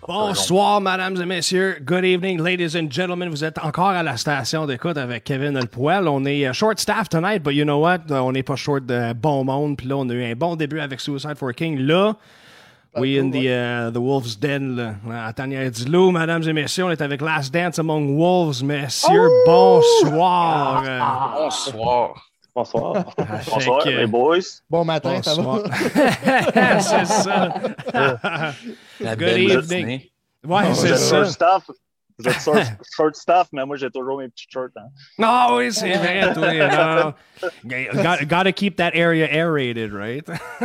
Bonsoir, mesdames et messieurs. Good evening, ladies and gentlemen. Vous êtes encore à la station d'écoute avec Kevin Le Poil. On est short staff tonight, but you know what? On n'est pas short de bon monde. Puis là, on a eu un bon début avec Suicide for a King. Là, we in the Wolves Den. Là. À Tanière-du-Loup, mesdames et messieurs, on est avec Last Dance Among Wolves. Messieurs, bonsoir. Bonsoir. Bonsoir. Bonsoir, les boys. Bon matin, bonsoir. Ça va? C'est ça. La Good belle evening. matinée. Ouais, c'est ça. Vous êtes short staff, mais moi, j'ai toujours mes petits shirts. Hein. Non, oui, c'est vrai. Toi, non. Gotta keep that area aerated, right?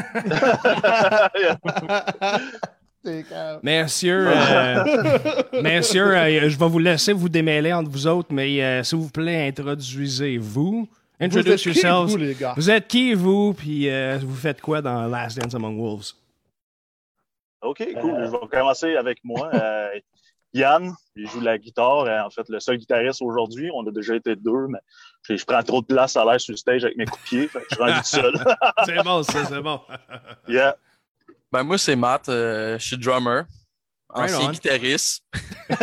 Messieurs, je vais vous laisser vous démêler entre vous autres, mais s'il vous plaît, introduisez-vous. Introduce yourselves. Vous, les gars? Vous êtes qui, vous, puis vous faites quoi dans Last Dance Among Wolves? OK, cool. Je vais commencer avec moi. Yann, il joue de la guitare. En fait, le seul guitariste aujourd'hui. On a déjà été deux, mais je prends trop de place à l'air sur le stage avec mes coups de pied. Fait que je suis rendu tout seul. C'est bon, ça, c'est bon. Yeah. Ben, moi, c'est Matt. Je suis drummer. Right Ancien on. guitariste. OK.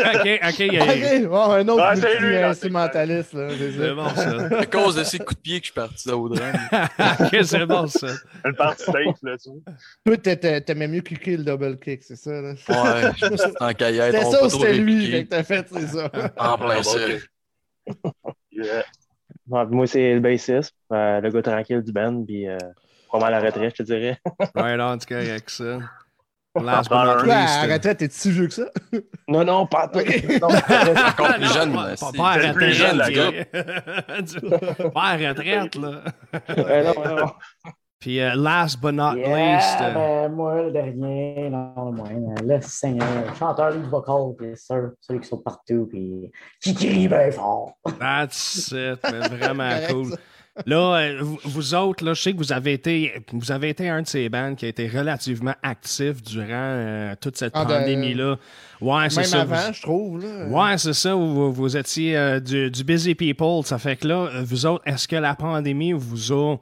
Ok, bon, un autre Ouais, c'est petit lui, là, instrumentaliste. Là, c'est C'est ça. bon, ça. À cause de ces coups de pied que je suis parti au drum. OK, c'est bon, ça. Une partie safe, là, tu vois. Toi, t'aimais mieux cliquer le double kick, c'est ça? Là? Ouais, je me suis dit en caillette. C'était on ça va ou trop c'était lui répliquer. que t'as fait, c'est ça? En plein Ah, ça. ok. Yeah. Ouais, moi, c'est le bassiste, le gars tranquille du band, puis pas mal à la retraite, je te dirais. Right on, c'est correct, ça. Last but Dans not un- Toi, à least. la retraite, t'es si vieux que ça? Non, pas tout. Non, Encore plus jeune. Pas si. à C'est le plus jeune, la retraite. Pas à retraite, là. non. Puis last but not least. Yeah, ben, moi, le dernier, non, le moins, le seigneur, chanteur lead vocal, bien sûr, celui qui saute partout, puis qui crie bien fort. That's it. Mais vraiment Correct, cool. ça. Là, vous autres, là, je sais que vous avez été un de ces bands qui a été relativement actif durant toute cette pandémie-là. Ouais, c'est Même ça. avant, je trouve. Là. Ouais, c'est ça. Vous étiez du busy people. Ça fait que là, vous autres, est-ce que la pandémie vous a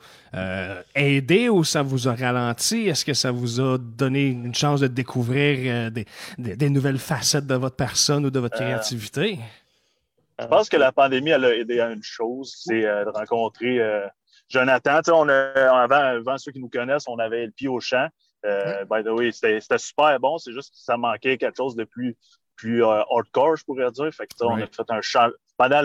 aidé ou ça vous a ralenti? Est-ce que ça vous a donné une chance de découvrir des nouvelles facettes de votre personne ou de votre créativité? Je pense que la pandémie, elle a aidé à une chose, c'est de rencontrer Jonathan. Tu sais, avant ceux qui nous connaissent, on avait le pied au champ. By the way, c'était super bon. C'est juste que ça manquait quelque chose de plus hardcore, je pourrais dire. Fait que, tu sais, on a fait un chant. Pendant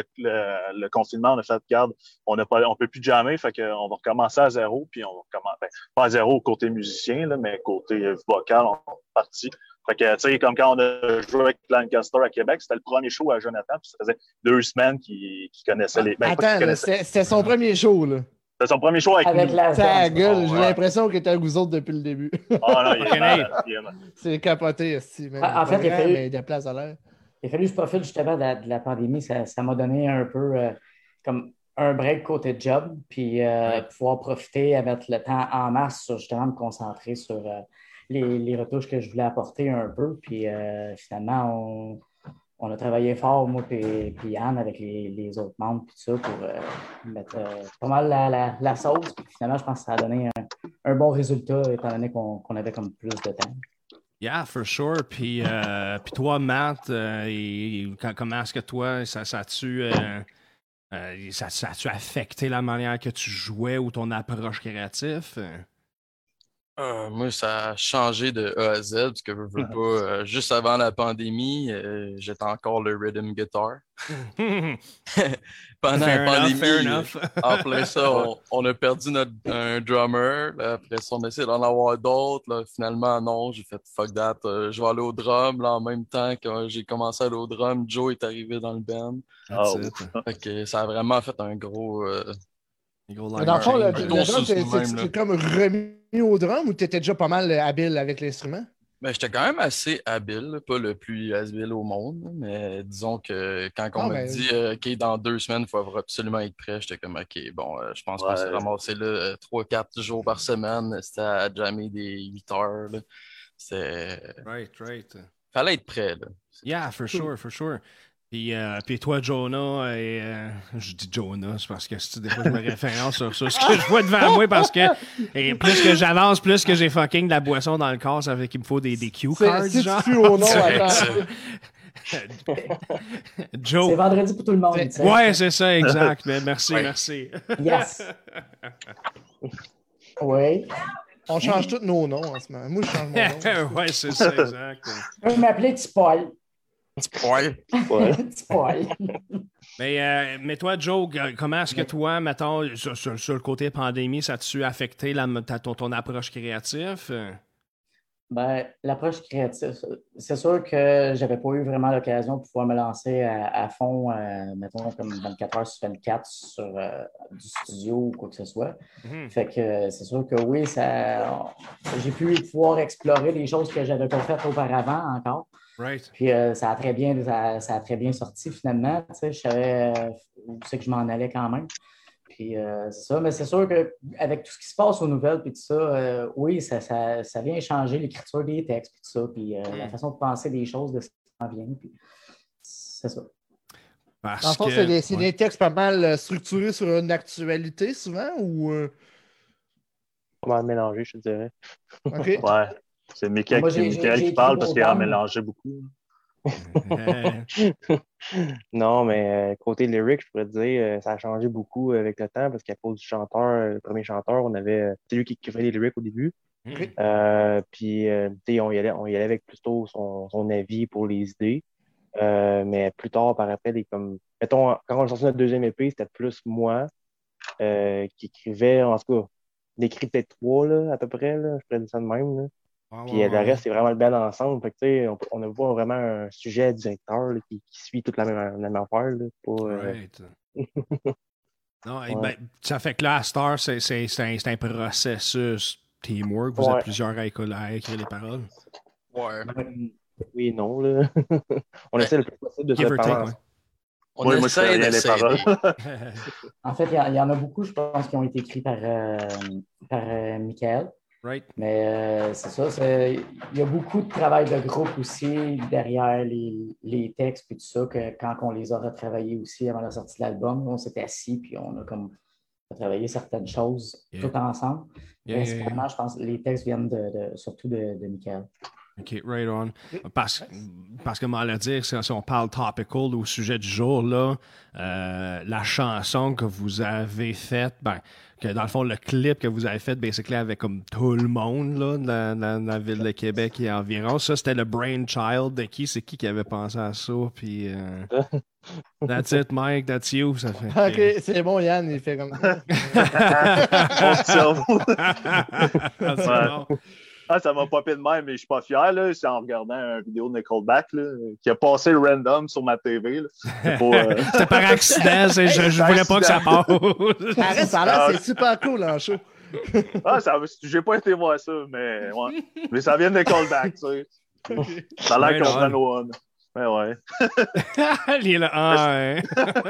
le confinement, on a fait, regarde, on peut plus jammer, fait qu'on va recommencer à zéro, puis on va recommencer, pas à zéro côté musicien, là, mais côté vocal, on est parti. Fait que, tu sais, comme quand on a joué avec Lancaster à Québec, c'était le premier show à Jonathan, puis ça faisait 2 semaines qu'il connaissait les... Ben, Attends, là, c'était son premier show, là. C'était son premier show avec nous. La Ta gueule, Oh, j'ai ouais. l'impression qu'il était avec vous autres depuis le début. Ah non, il est malade, il est malade. C'est capoté, aussi. En fait, il a fallu- mais de place à l'air. Il a fallu que je profite justement de la pandémie. Ça m'a donné un peu comme un break côté job, puis pouvoir profiter avec le temps en masse sur justement me concentrer sur les retouches que je voulais apporter un peu. Puis finalement, on a travaillé fort, moi puis Anne, avec les autres membres, puis tout ça, pour mettre pas mal la sauce. Puis finalement, je pense que ça a donné un bon résultat, étant donné qu'on avait comme plus de temps. Yeah, for sure. Puis toi, Matt, comment est-ce que toi, ça a-tu affecté la manière que tu jouais ou ton approche créative? Moi, ça a changé de A à Z, parce que je veux pas, juste avant la pandémie, j'étais encore le rhythm guitar. Pendant la pandémie, fair enough. en plein ça, on a perdu un drummer. Là, après ça, on a essayé d'en avoir d'autres. Là, finalement, non, j'ai fait fuck that. Je vais aller au drum. Là, en même temps que j'ai commencé à aller au drum, Joe est arrivé dans le band. That's Oh. it. Fait que ça a vraiment fait un gros... Mais dans le fond, le Plutôt drum, sous t'es nous-mêmes, là. comme remis au drum ou t'étais déjà pas mal habile avec l'instrument? Ben, j'étais quand même assez habile, là, pas le plus habile au monde, là, mais disons que quand on m'a dit OK, dans 2 semaines, il faut absolument être prêt, j'étais comme OK, bon, je pense qu'on s'est ramassé là 3-4 jours par semaine, c'était à jammer des 8 heures. Là. Right. Fallait être prêt. Là. Yeah, for sure. Puis toi, Jonah, je dis Jonah, c'est parce que des fois je me référence sur ce que je vois devant moi parce que plus que j'avance, plus que j'ai fucking de la boisson dans le corps, ça fait qu'il me faut des cue cards, genre. C'est au nom, attends. Joe. C'est vendredi pour tout le monde. Ouais, c'est ça, exact. Mais merci. Yes. Oui. On change tous nos noms en ce moment. Moi, je change mon nom. Ouais, c'est ça, exact. Tu peux m'appeler Tipol. Ouais. Tipol. Mais toi, Joe, comment est-ce que toi, mettons, sur le côté pandémie, ça t'a affecté ton approche créative? Ben, l'approche créative, c'est sûr que j'avais pas eu vraiment l'occasion de pouvoir me lancer à fond, mettons, comme 24 heures sur 24 sur du studio ou quoi que ce soit. Fait que c'est sûr que oui, j'ai pu pouvoir explorer des choses que j'avais pas faites auparavant encore. Right. Puis ça a très bien sorti finalement. Tu sais, je savais où c'est que je m'en allais quand même. Puis c'est ça, mais c'est sûr qu'avec tout ce qui se passe aux nouvelles puis tout ça, oui, ça vient changer l'écriture des textes puis tout ça, puis la façon de penser des choses de ce qui s'en vient. Puis c'est ça. En fait, c'est des textes pas mal structurés sur une actualité souvent ou. Pas mal mélangé, je te dirais. OK. Ouais. C'est Michael qui parle parce qu'il a mélangé beaucoup. Non, mais côté lyrics, je pourrais te dire, ça a changé beaucoup avec le temps parce qu'à cause du chanteur, le premier chanteur, c'est lui qui écrivait les lyrics au début. Puis, on y allait avec plutôt son avis pour les idées. Mais plus tard, par après, mettons, quand on a sorti notre deuxième EP, c'était plus moi qui écrivais, en tout cas, d'écrit peut-être 3 là, à peu près, là, je pourrais dire ça de même. Là. Puis le reste, c'est vraiment le band ensemble. Fait que, on n'a pas vraiment un sujet directeur là, qui suit toute la même affaire. Là, right. Non, ben, ça fait que là, à Star, c'est un processus teamwork. Vous êtes plusieurs à écrire les paroles. Ouais. Oui, non. Là. On essaie le plus possible de se parler. On essaie d'essayer. En fait, il y en a beaucoup, je pense, qui ont été écrits par Michael. Right. Mais c'est ça, il y a beaucoup de travail de groupe aussi derrière les textes et tout ça, que quand on les a retravaillés aussi avant la sortie de l'album, on s'est assis puis on a comme travaillé certaines choses tout ensemble. Principalement, je pense que les textes viennent surtout de Michael. OK, right on. Parce que, moi, le dire, si on parle topical au sujet du jour, là, la chanson que vous avez faite, que dans le fond, le clip que vous avez fait, basically, avec comme tout le monde, là, dans la ville de Québec et environ, ça, c'était le brainchild de qui? C'est qui avait pensé à ça? Puis, that's it, Mike, that's you. Ça fait OK, c'est bon, Yann, il fait comme ça. Bon. Ça m'a popé de même, mais je suis pas fier. Là. C'est en regardant une vidéo de Nickelback là, qui a passé le random sur ma TV. C'était par accident. Je voulais pas que ça passe. Arrête, ça a l'air, c'est super cool en show. J'ai pas été voir ça, mais ouais. Mais ça vient de Nickelback, tu sais. Ça a l'air qu'on prend nos one. Mais ouais. Il est là.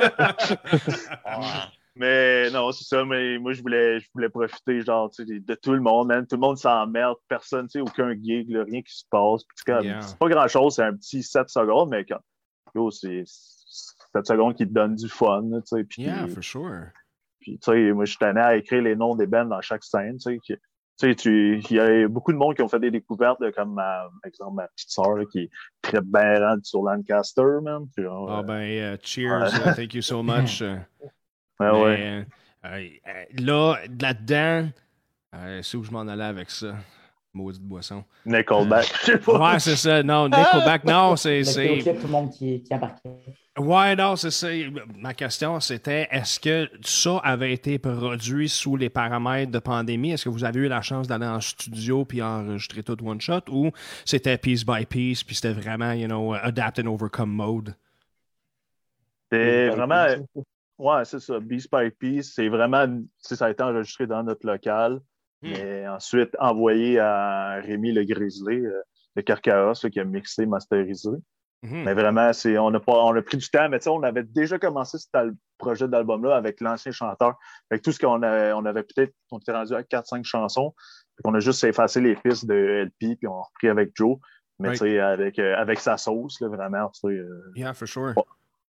Mais non, c'est ça, mais moi je voulais profiter genre de tout le monde, man. Tout le monde s'emmerde, personne, tu sais, aucun gig, là, rien qui se passe. Puis, c'est pas grand chose, c'est un petit 7 secondes, mais c'est 7 secondes qui te donnent du fun, tu sais. Puis, for sure. Puis tu sais, moi je tenais à écrire les noms des bands dans chaque scène, tu sais. Il y a beaucoup de monde qui ont fait des découvertes, là, comme par exemple ma petite sœur là, qui est très bien rendue sur Lancaster, man. Cheers, thank you so much. Ouais. Là-dedans, c'est où je m'en allais avec ça. Maudite boisson. Nickelback, je sais pas. Ouais, c'est ça. Non, Nickelback, non, c'est... Il y a tout le monde qui embarquait. Ouais, non, c'est ça. Ma question, c'était, est-ce que ça avait été produit sous les paramètres de pandémie? Est-ce que vous avez eu la chance d'aller en studio puis enregistrer tout one shot ou c'était piece by piece puis c'était vraiment, adapt and overcome mode? C'est vraiment... Ouais, c'est ça. Piece by piece, c'est vraiment... Ça a été enregistré dans notre local, mais ensuite envoyé à Rémi le Grizzly de Carcaos, qui a mixé, masterisé. Mais vraiment, on a pris du temps, mais tu sais, on avait déjà commencé ce projet d'album-là avec l'ancien chanteur. Avec tout ce qu'on avait peut-être, on était rendu à 4-5 chansons. On a juste effacé les pistes de LP, puis on a repris avec Joe. Mais tu sais, avec sa sauce, là, vraiment. Yeah, for sure.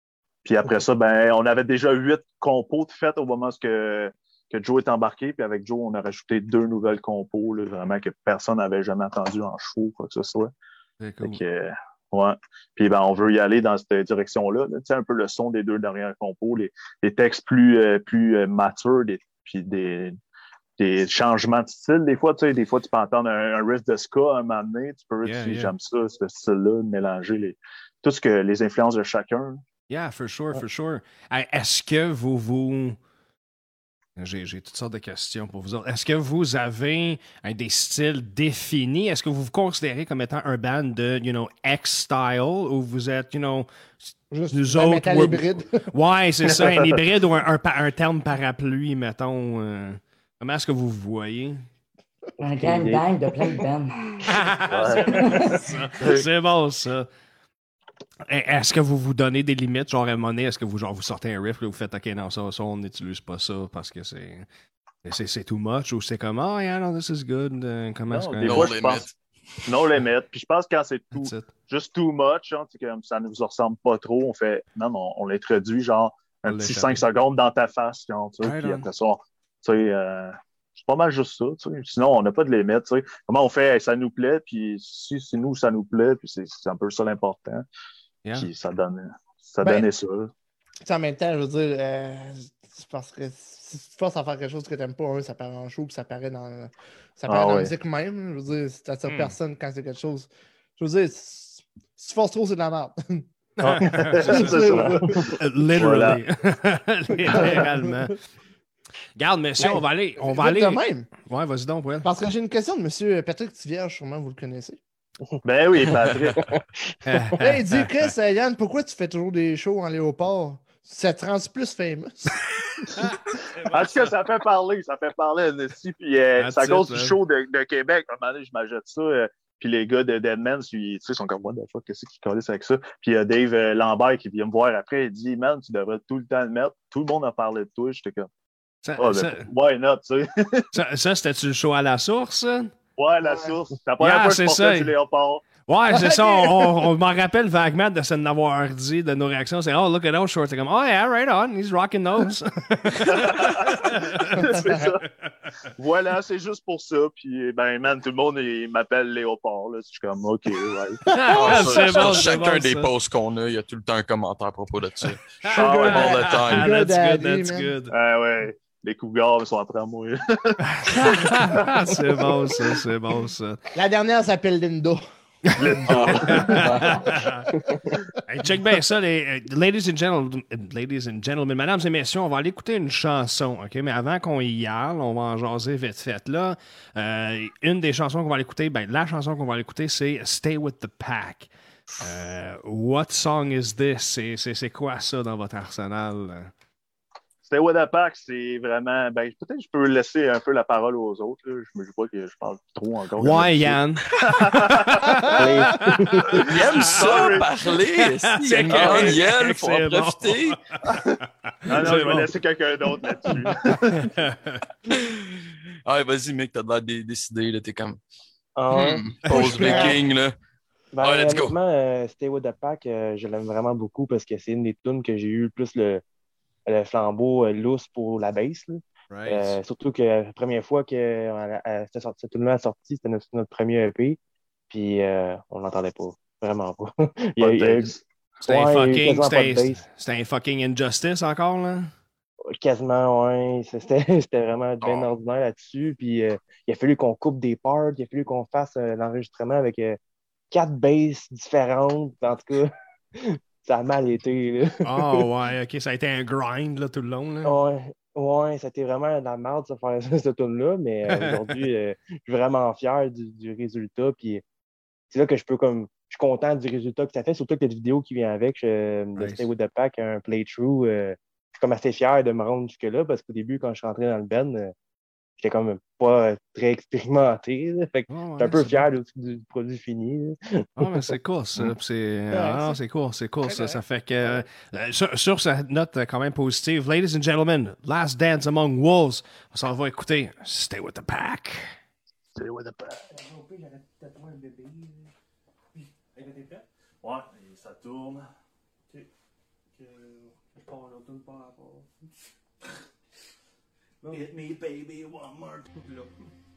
Puis après ça, ben, on avait déjà 8 compos de fait au moment que Joe est embarqué. Puis avec Joe, on a rajouté 2 nouvelles compos, là, vraiment que personne n'avait jamais entendu en chevaux, quoi que ce soit. C'est cool. Ouais. Puis ben, on veut y aller dans cette direction-là. Tu sais, un peu le son des 2 dernières compos, les textes plus matures, puis des changements de style. Des fois, tu peux entendre un riff de ska à un moment donné. J'aime ça, ce style-là, de mélanger tout ce que les influences de chacun. Yeah, for sure, for sure. Est-ce que vous... J'ai toutes sortes de questions pour vous autres. Est-ce que vous avez des styles définis? Est-ce que vous vous considérez comme étant un band de, X-style ou vous êtes, Juste nous un autres... métal hybride. Ouais, c'est ça, un hybride ou un terme parapluie, mettons. Comment est-ce que vous voyez? Un gangbang de plein de bands. C'est bon, ça. Est-ce que vous vous donnez des limites, genre à un moment donné, est-ce que vous sortez un riff et vous faites OK, non, ça on n'utilise pas ça parce que c'est too much ou c'est comme yeah, no, this is good. Comment est-ce que... No limit. Puis je pense que quand c'est juste too much, hein, comme ça ne nous ressemble pas trop, on fait non, on l'introduit genre un petit 5 secondes dans ta face, puis après ça, c'est pas mal juste ça. Sinon, on n'a pas de limite. Comment on fait, ça nous plaît, puis si nous, ça nous plaît, puis c'est un peu ça l'important. Yeah. Puis ça donnait ça. En même temps, je veux dire, parce que si tu forces à faire quelque chose que tu n'aimes pas, ça paraît en show, puis ça paraît dans la musique même. Je veux dire, si tu attires personne quand c'est quelque chose. Je veux dire, si tu forces trop, c'est de la merde. C'est ça. Literally. Littéralement. Garde, monsieur, on va aller. De même. Ouais, vas-y donc, Will. Parce que j'ai une question de monsieur Patrick Tivierge, sûrement vous le connaissez. Ben oui, Patrick. Il dit, Chris, Yann, pourquoi tu fais toujours des shows en léopard? Ça te rend plus famous? En tout cas, ça fait parler ici. Puis c'est à cause du show de Québec. À un moment donné, je m'ajoute ça. Puis les gars de Deadman, ils sont comme moi, des fois, qu'est-ce qu'ils collent avec ça? Puis Dave Lambert qui vient me voir après, il dit, man, tu devrais tout le temps le mettre. Tout le monde a parlé de toi. J'étais comme, why not, tu sais? Ça, c'était-tu le show à la source? Ouais, la source. T'as pas un peu de du léopard. Ouais, c'est ça. On m'en rappelle vaguement de se n'avoir dit de nos réactions. C'est look at those shorts. C'est comme, yeah, right on. He's rocking those. C'est ça. Voilà, c'est juste pour ça. Puis, ben, man, tout le monde m'appelle Léopard. Là. Je suis comme, OK, ouais. C'est bon, chacun des posts qu'on a, il y a tout le temps un commentaire à propos de ça. All the time. That's good. Ah ouais. Les cougars sont après moi. C'est bon, ça, c'est bon, ça. La dernière s'appelle Lindo. Hey, check bien ça, ladies and gentlemen, mesdames et messieurs, on va aller écouter une chanson, OK? Mais avant qu'on y aille, on va en jaser vite fait. Là, une des chansons qu'on va aller écouter, la chanson qu'on va aller écouter, c'est Stay with the Pack. What song is this? C'est quoi ça dans votre arsenal? Stay with the Pack, c'est vraiment... peut-être que je peux laisser un peu la parole aux autres. Là. Je me dis pas que je parle trop encore. Ouais, Yann. Il aime ça, parler. Il y a une grande gueule, il faut en profiter. Non, je vais laisser quelqu'un d'autre là-dessus. Vas-y, mec, t'as l'air décidé. T'es comme... pause breaking, là. Let's go. Stay with the Pack, je l'aime vraiment beaucoup parce que c'est une des tunes que j'ai eu le plus le flambeau lousse pour la bass. Right. Surtout que la première fois que cette tune-là a sorti, c'était notre premier EP, puis on l'entendait pas. Vraiment pas. C'était un fucking Injustice encore, là? Quasiment, ouais. C'était vraiment bien ordinaire là-dessus. Puis il a fallu qu'on coupe des parts, il a fallu qu'on fasse l'enregistrement avec 4 basses différentes. En tout cas, ça a mal été. Ouais, OK. Ça a été un grind là, tout le long. Là. Ouais, c'était vraiment de la merde de faire cette tune-là. Mais aujourd'hui, je suis vraiment fier du résultat. Puis c'est là que je suis content du résultat que ça fait, surtout que cette vidéo qui vient avec, de Stay with the Pack, un playthrough. Je suis comme assez fier de me rendre jusque-là parce qu'au début, quand je suis rentré dans le band, j'étais comme pas très expérimenté. Fait que j'étais un peu fier du produit fini. Mais c'est cool, ça. C'est cool, ça. Ça fait que sur cette note quand même positive, ladies and gentlemen, Last Dance Among Wolves, on s'en va écouter Stay with the Pack. Stay with the Pack. Ouais, et ça tourne. OK. que part l'autre tune par rapport. Hit me baby one more. Puis là.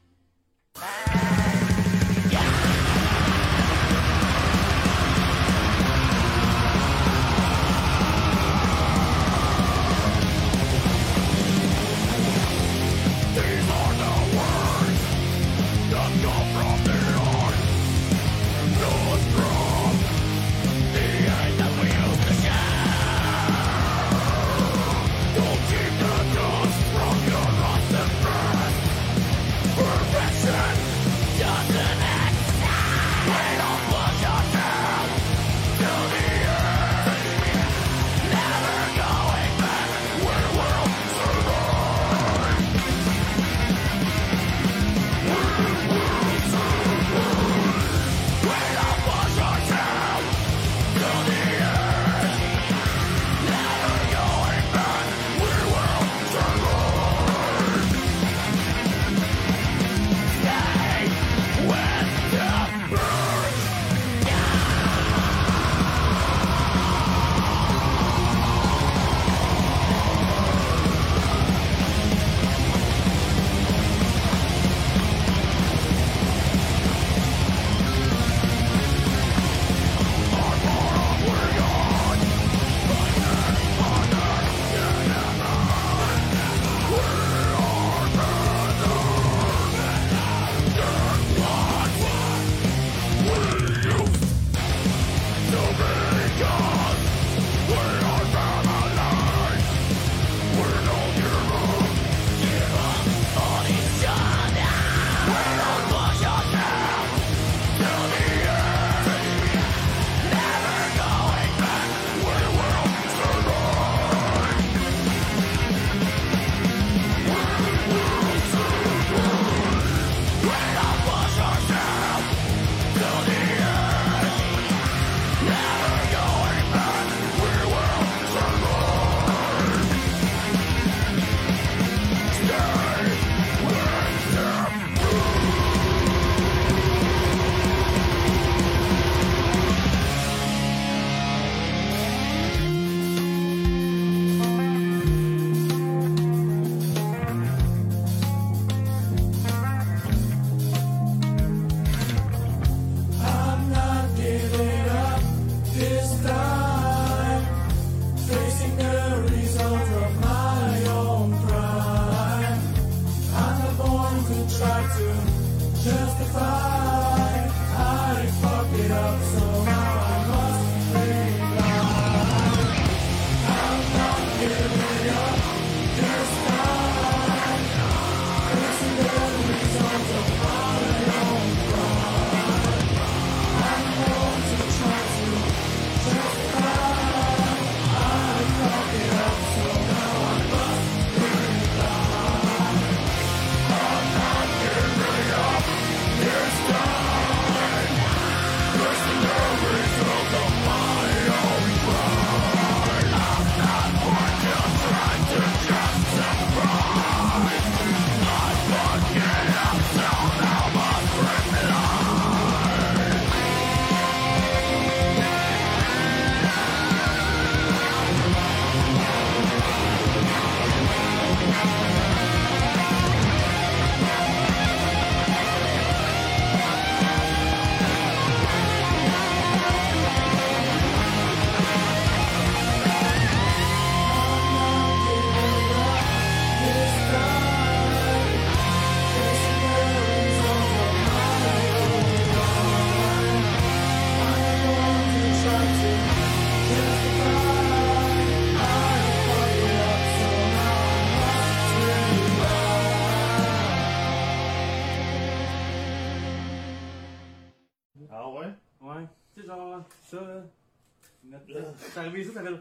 C'est arrivé ça, ça fait.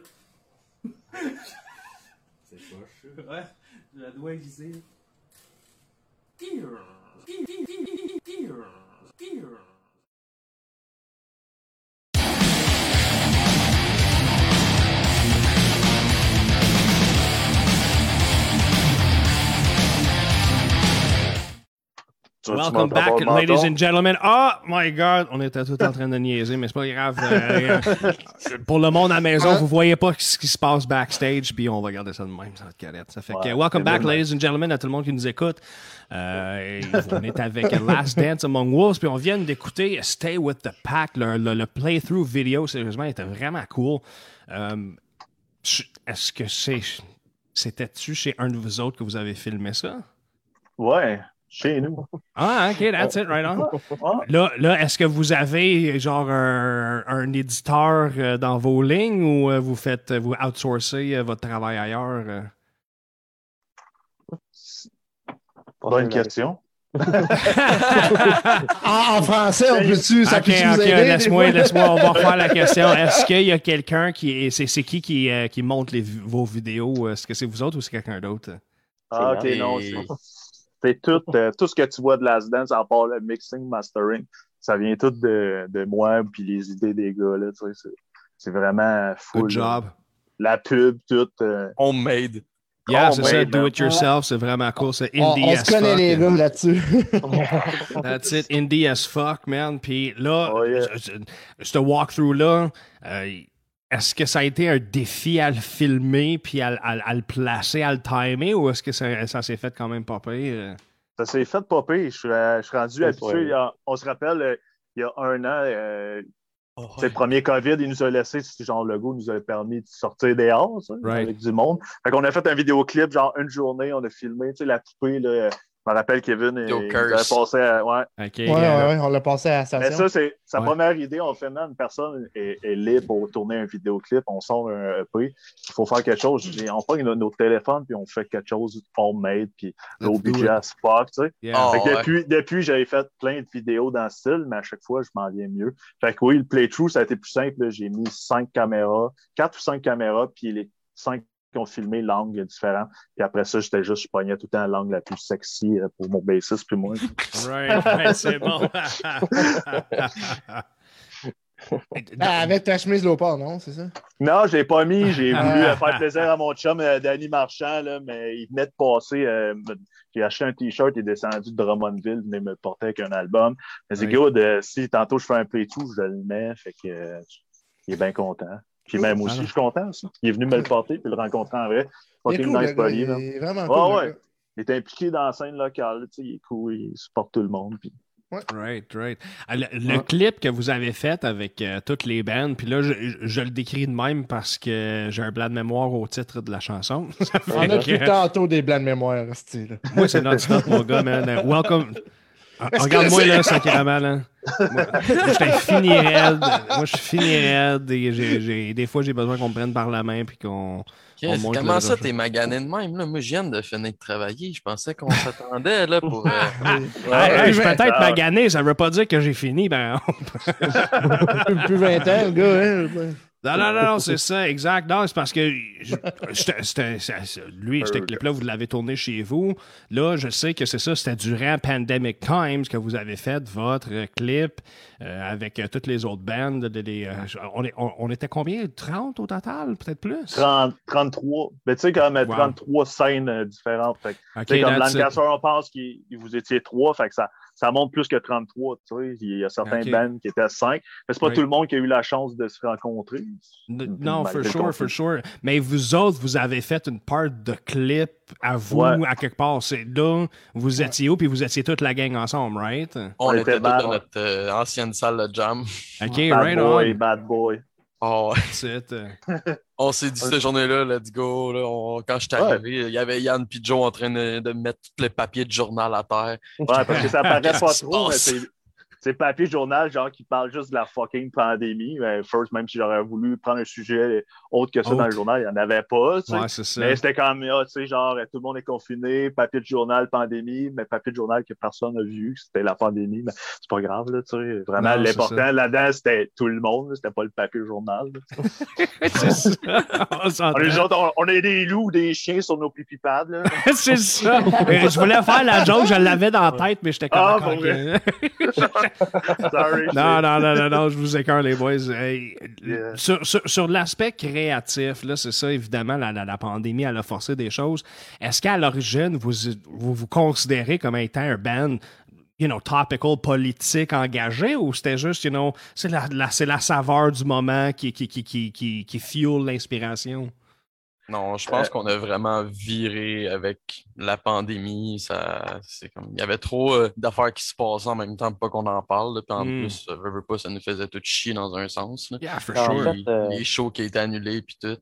C'est poche. Ouais, je la dois glisser. Welcome back, ladies and gentlemen. Oh my God, on était tout en train de niaiser, mais c'est pas grave. Pour le monde à la maison, vous voyez pas ce qui se passe backstage, puis on va garder ça de même, ça va être carrette. Ça fait que welcome back, ladies and gentlemen, à tout le monde qui nous écoute. On est avec Last Dance Among Wolves, puis on vient d'écouter Stay with the Pack, le playthrough vidéo, sérieusement, était vraiment cool. Est-ce que c'était-tu chez un de vous autres que vous avez filmé ça? Ouais. Chez nous. Ah, OK, that's it, right on. Là, est-ce que vous avez genre un éditeur dans vos lignes ou vous outsourcez votre travail ailleurs? Bonne question. En français, on peut-tu? Ça peut-tu vous aider? Laisse-moi, on va refaire la question. Est-ce qu'il y a quelqu'un c'est qui monte vos vidéos? Est-ce que c'est vous autres ou c'est quelqu'un d'autre? Ah, OK, non, c'est tout ce que tu vois de Last Dance, à part le mixing, mastering, ça vient tout de moi puis les idées des gars. Là, c'est vraiment full. Good job. La pub, tout. Homemade. Yeah, c'est ça, do it yourself, c'est vraiment cool. C'est indie as fuck. On se connaît les gars là-dessus. That's it, indie as fuck, man. Puis là, ce walkthrough-là, est-ce que ça a été un défi à le filmer, puis à le placer, à le timer, ou est-ce que ça s'est fait quand même pas pire? Ça s'est fait pas pire. Je suis rendu habitué. On se rappelle, il y a un an, le premier COVID, il nous a laissé, genre, le goût nous a permis de sortir dehors, avec du monde. Fait qu'on a fait un vidéoclip, genre, une journée, on a filmé, la poupée, là. Je me rappelle, Kevin, il avait passé à... on l'a passé à la station. Mais ça, c'est sa première idée. On fait, une personne est libre pour tourner un vidéoclip. On sort un EP. Il faut faire quelque chose. On prend notre téléphone, puis on fait quelque chose homemade, puis low budget as fuck, tu sais. Fait que depuis, j'avais fait plein de vidéos dans ce style, mais à chaque fois, je m'en viens mieux. Fait que oui, le playthrough, ça a été plus simple. Là. J'ai mis 4 ou 5 caméras, puis les 5 qui ont filmé l'angle différent. Puis après ça, je pognais tout le temps l'angle la plus sexy pour mon bassiste puis moi. Right, c'est bon. Avec ta chemise léopard, non? C'est ça? Non, je l'ai pas mis. J'ai voulu faire plaisir à mon chum Danny Marchand, là, mais il venait de passer. J'ai acheté un T-shirt, il est descendu de Drummondville, il venait me porter avec un album. Mais c'est good, si tantôt je fais un playthrough, je le mets. Fait que il est bien content. Puis même aussi, je suis content aussi. Il est venu me le porter puis le rencontrer en vrai. Fucking nice buddy. Il est vraiment cool. Il est impliqué dans la scène locale. Il est cool, il supporte tout le monde. Puis... Right. Le clip que vous avez fait avec toutes les bands, puis là, je le décris de même parce que j'ai un blanc de mémoire au titre de la chanson. On a plus tantôt des blancs de mémoire, style. Moi, c'est non-stop, mon gars, man. Welcome. Regarde-moi là, sacrément, là. Moi, je suis fini raide. Des fois, j'ai besoin qu'on me prenne par la main puis qu'on monte. Comment ça, t'es magané de même? Là? Moi, je viens de finir de travailler. Je pensais qu'on s'attendait là pour... je suis peut-être magané, ça veut pas dire que j'ai fini. Ben... Plus 20 ans, le gars. Hein? Non, c'est ça, exact. Non, c'est parce que lui, ce clip-là, vous l'avez tourné chez vous. Là, je sais que c'est ça, c'était durant Pandemic Times que vous avez fait votre clip avec toutes les autres bandes. On était combien? 30 au total? Peut-être plus? 33. Mais tu sais, quand même, 33 scènes différentes. Fait que, comme Lancaster, on pense que vous étiez 3, fait que ça monte plus que 33. Tu sais. Il y a certains bands qui étaient 5. Mais c'est pas tout le monde qui a eu la chance de se rencontrer. Non, for sure. Mais vous autres, vous avez fait une part de clip à vous, à quelque part. C'est là, vous étiez où, puis vous étiez toute la gang ensemble, right? On était tous dans notre ancienne salle de jam. OK, right on. Bad boy. Oh, on s'est dit cette journée-là, let's go. Là, quand je suis arrivé, il y avait Yann et Joe en train de mettre tous les papiers de journal à terre. Ouais, parce que ça paraît pas trop, mais c'est papier journal, genre, qui parle juste de la fucking pandémie. Mais même si j'aurais voulu prendre un sujet autre que ça dans le journal, il n'y en avait pas. Ouais, c'est ça. Mais c'était quand même, tu sais, genre, tout le monde est confiné, papier de journal, pandémie, mais papier de journal que personne n'a vu, c'était la pandémie. Mais c'est pas grave, là, tu sais. Vraiment, l'important là-dedans, c'était tout le monde, c'était pas le papier journal. C'est ça. On a des loups, des chiens sur nos pipipads, là. C'est ça. Je voulais faire la joke, je l'avais dans la tête, mais j'étais comme... Sorry. Non, je vous écœure, les boys. Hey, sur l'aspect créatif, là, c'est ça, évidemment, la pandémie, elle a forcé des choses. Est-ce qu'à l'origine, vous considérez comme étant un band topical, politique, engagé, ou c'était juste, c'est la saveur du moment qui fuel l'inspiration? Non, je pense qu'on a vraiment viré avec la pandémie. C'est comme, il y avait trop d'affaires qui se passaient en même temps pour pas qu'on en parle. Puis en plus, veut pas, ça nous faisait tout chier dans un sens. Là. Yeah, for sure. Les shows qui étaient annulés puis tout.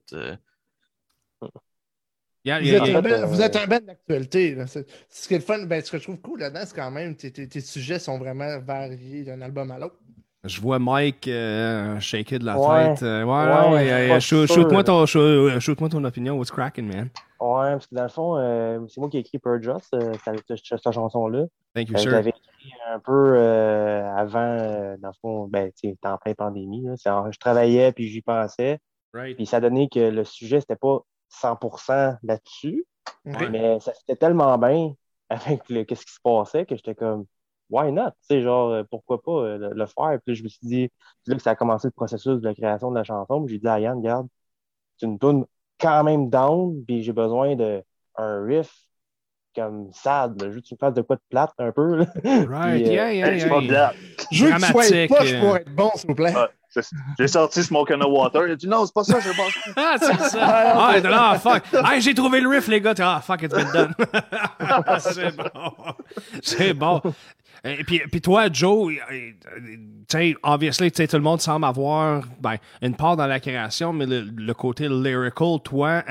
Vous êtes un band d'actualité. Ce qui est le fun, ce que je trouve cool là-dedans, c'est quand même tes sujets sont vraiment variés d'un album à l'autre. Je vois Mike shaker de la tête. Shoot-moi ton opinion. What's cracking, man? Ouais, parce que dans le fond, c'est moi qui ai écrit Purge Us, cette chanson-là. Thank you, sir. J'avais écrit un peu avant, dans le fond, c'était en pleine pandémie. Là. Je travaillais puis j'y pensais. Right. Puis ça donnait que le sujet, c'était pas 100% là-dessus, mais ça c'était tellement bien avec qu'est-ce qui se passait que j'étais comme why not? Tu sais, genre, pourquoi pas le faire? Puis là, je me suis dit, c'est là que ça a commencé le processus de la création de la chanson. Puis j'ai dit à Yann, regarde, c'est une tune quand même down, puis j'ai besoin d'un riff comme sad, là. Je veux que tu me fasses de quoi de plate un peu. Là. Right, puis, yeah. Je veux que tu sois poche pour être bon, s'il vous plaît. J'ai sorti Smoke on the Water. Il a dit non, c'est pas ça, je pense. C'est ça. Non, fuck. J'ai trouvé le riff, les gars. Fuck, it's been done. C'est bon. Et puis toi, Joe, obviously, tout le monde semble avoir une part dans la création, mais le côté lyrical, toi,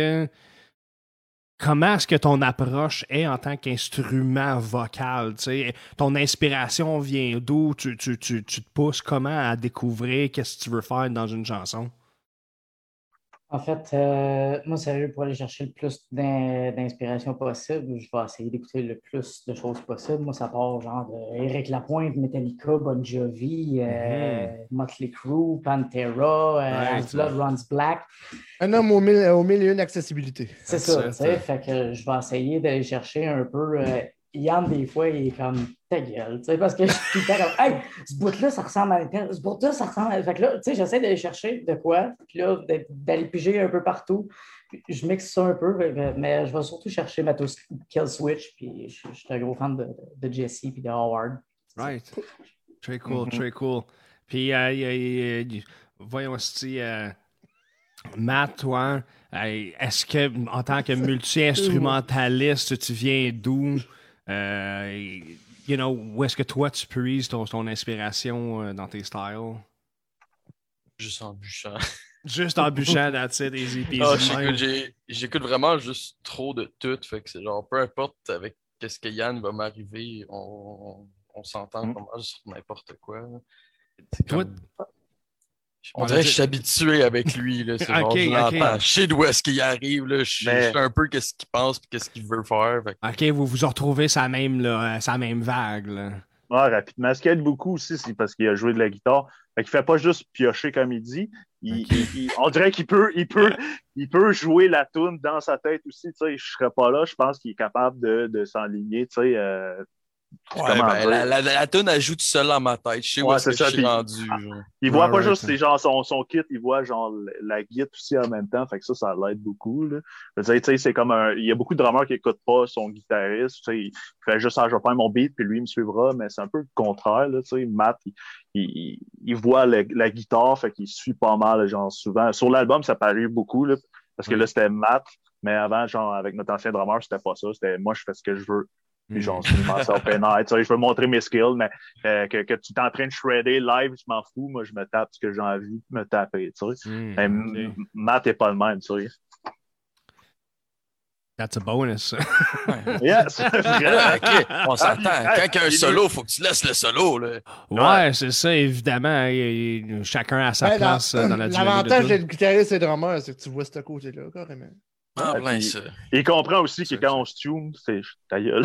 comment est-ce que ton approche est en tant qu'instrument vocal? T'sais? Ton inspiration vient d'où? Tu te pousses comment à découvrir qu'est-ce que tu veux faire dans une chanson? En fait, moi, sérieux, pour aller chercher le plus d'inspiration possible, je vais essayer d'écouter le plus de choses possibles. Moi, ça part genre de Éric Lapointe, Metallica, Bon Jovi, Motley Crue, Pantera, As Blood Runs Black. Un homme au milieu d'accessibilité. C'est ça, tu sais. Fait que je vais essayer d'aller chercher un peu. Yann, des fois, il est comme ta gueule, tu sais, parce que je suis comme hey, ce bout-là, ça ressemble à tel, ce bout-là, ça ressemble à. Fait que là, tu sais, j'essaie d'aller chercher de quoi, puis là, d'aller piger un peu partout. Puis je mixe ça un peu, mais je vais surtout chercher ma Kill Switch, puis je suis un gros fan de Jesse puis de Howard. Right. Très cool, très cool. Puis, voyons si. Matt, toi, est-ce que, en tant que multi-instrumentaliste, tu viens d'où? Où est-ce que toi, tu puises ton inspiration dans tes styles? Juste en bûchant. Juste en bûchant, that's it, easy peasy. J'écoute vraiment juste trop de tout. Fait que c'est genre, peu importe avec qu'est-ce que Yann va m'arriver, on s'entend pas mal sur n'importe quoi. Toi, on dirait que je suis habitué avec lui. Là. Genre, je l'entends. Je sais d'où est-ce qu'il arrive. Là. Je sais un peu qu'est-ce qu'il pense et qu'est-ce qu'il veut faire. OK, vous vous retrouvez sa même vague. Là. Ouais, rapidement. Ce qui aide beaucoup aussi, c'est parce qu'il a joué de la guitare. Fait qu'il fait pas juste piocher comme il dit. On dirait qu'il peut jouer la toune dans sa tête aussi. Je serais pas là. Je pense qu'il est capable de s'enligner. La toune elle joue tout seul dans ma tête. Je sais où est-ce que je suis rendu. Il voit pas juste genre, son kit, il voit genre la guitare aussi en même temps. Fait que ça l'aide beaucoup. Là. Je veux dire, c'est comme il y a beaucoup de drummers qui n'écoutent pas son guitariste. Il fait juste je vais faire mon beat, puis lui, il me suivra. Mais c'est un peu le contraire. Là, Matt, il voit la guitare, fait qu'il suit pas mal, genre souvent. Sur l'album, ça paraît beaucoup, là, parce que là, c'était Matt. Mais avant, genre, avec notre ancien drummer, c'était pas ça. C'était moi, je fais ce que je veux. Puis genre, c'est open night. Je veux montrer mes skills, mais que tu es en train de shredder live, je m'en fous. Moi, je me tape ce que j'ai envie de me taper. Matt n'est pas le même. That's a bonus. Yes! OK, on s'entend. Quand il y a un solo, il faut que tu laisses le solo. Là. Ouais, c'est ça, évidemment. Chacun a sa place dans la dynamique. L'avantage d'être guitariste et drummer, c'est que tu vois ce côté-là, carrément. Il comprend aussi que quand on se tune, c'est ta gueule.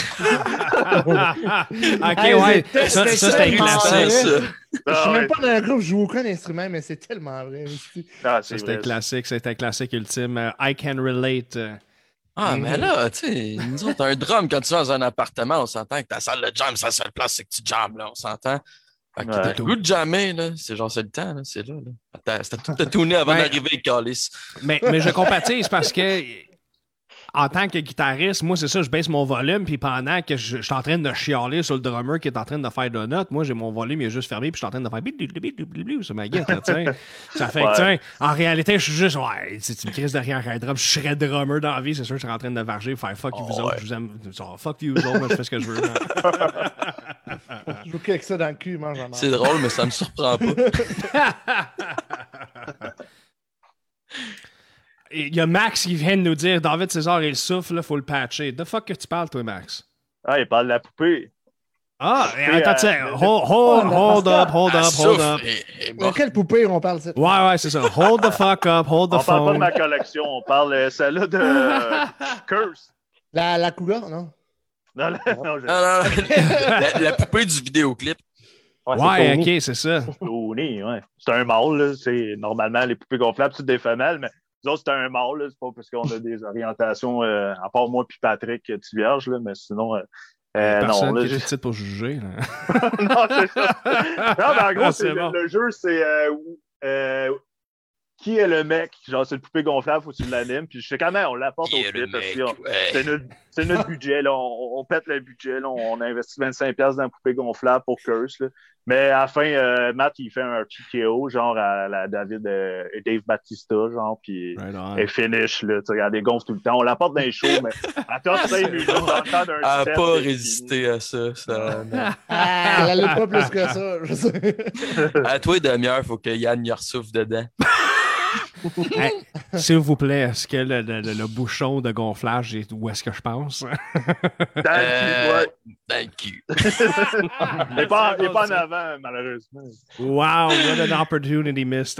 OK, ouais. Ça c'est un classique. Je suis même pas dans un groupe, je joue aucun instrument, mais c'est tellement vrai. C'est un classique, c'est un classique ultime. I can relate. Mais là, tu sais, nous autres, un drum, quand tu es dans un appartement, on s'entend que ta salle de jam, sa seule place, c'est que tu jammes, là, on s'entend. Fait que t'as le goût de jammer, là. C'est genre, c'est le temps, là. C'est là, là. C'était tout tuné avant d'arriver, Calis. Mais je compatise parce que en tant que guitariste, moi, c'est ça, je baisse mon volume, puis pendant que je suis en train de chialer sur le drummer qui est en train de faire de notes, moi, j'ai mon volume, il est juste fermé, puis je suis en train de faire bip sur ma guitare, tu sais. Ça fait que, tu sais, en réalité, je suis juste, ouais, tu me crises derrière un drum, je serais drummer dans la vie, c'est sûr, je serais en train de varger, faire fuck you, vous autres, je vous aime, fuck you, vous autres, moi, je fais ce que je veux. Je joue avec ça dans le cul, mange la C'est drôle, mais ça me surprend pas. Il y a Max qui vient de nous dire David César, il souffle, il faut le patcher. De fuck que tu parles, toi, Max? Ah, il parle de la poupée. Ah, attends, hold up. De quelle poupée on parle? Ouais, c'est ça. Hold the fuck up, hold the phone. On parle pas de phone. ma collection, on parle celle-là de Curse. La cougar, non? Non, la poupée du vidéoclip. Ouais, ok, c'est ça. Tony, ouais. C'est un mâle, là. C'est normalement les poupées gonflables, c'est des femelles, mais nous autres, c'est un mâle, là. C'est pas parce qu'on a des orientations, à part moi puis Patrick, petit vierge, là, mais sinon. Personne non, là, qui est petite pour juger. Non, c'est ça. Non, mais en gros, le jeu, c'est qui est le mec? Genre, c'est le poupée gonflable, faut que tu l'animes. Puis je sais quand même, on l'apporte au clip parce que c'est notre budget. Là. On pète le budget. Là. On investit 25$ dans la poupée gonflable pour Curse. Là. Mais à la fin, Matt, il fait un TKO, genre à la David et Dave Batista, genre, puis et finish. Là, tu regardes, des gonfles tout le temps. On l'apporte dans les shows, mais à toi, 5 minutes, t'entends d'un Elle n'a pas résisté à ça. Elle allait pas plus que ça, je sais. À toi, demi-heure, il faut que Yann y ressouffle dedans. Hey, s'il vous plaît, est-ce que le bouchon de gonflage est où est-ce que je pense? Dans le cul. Il n'est pas en avant, malheureusement. Wow, what an opportunity missed.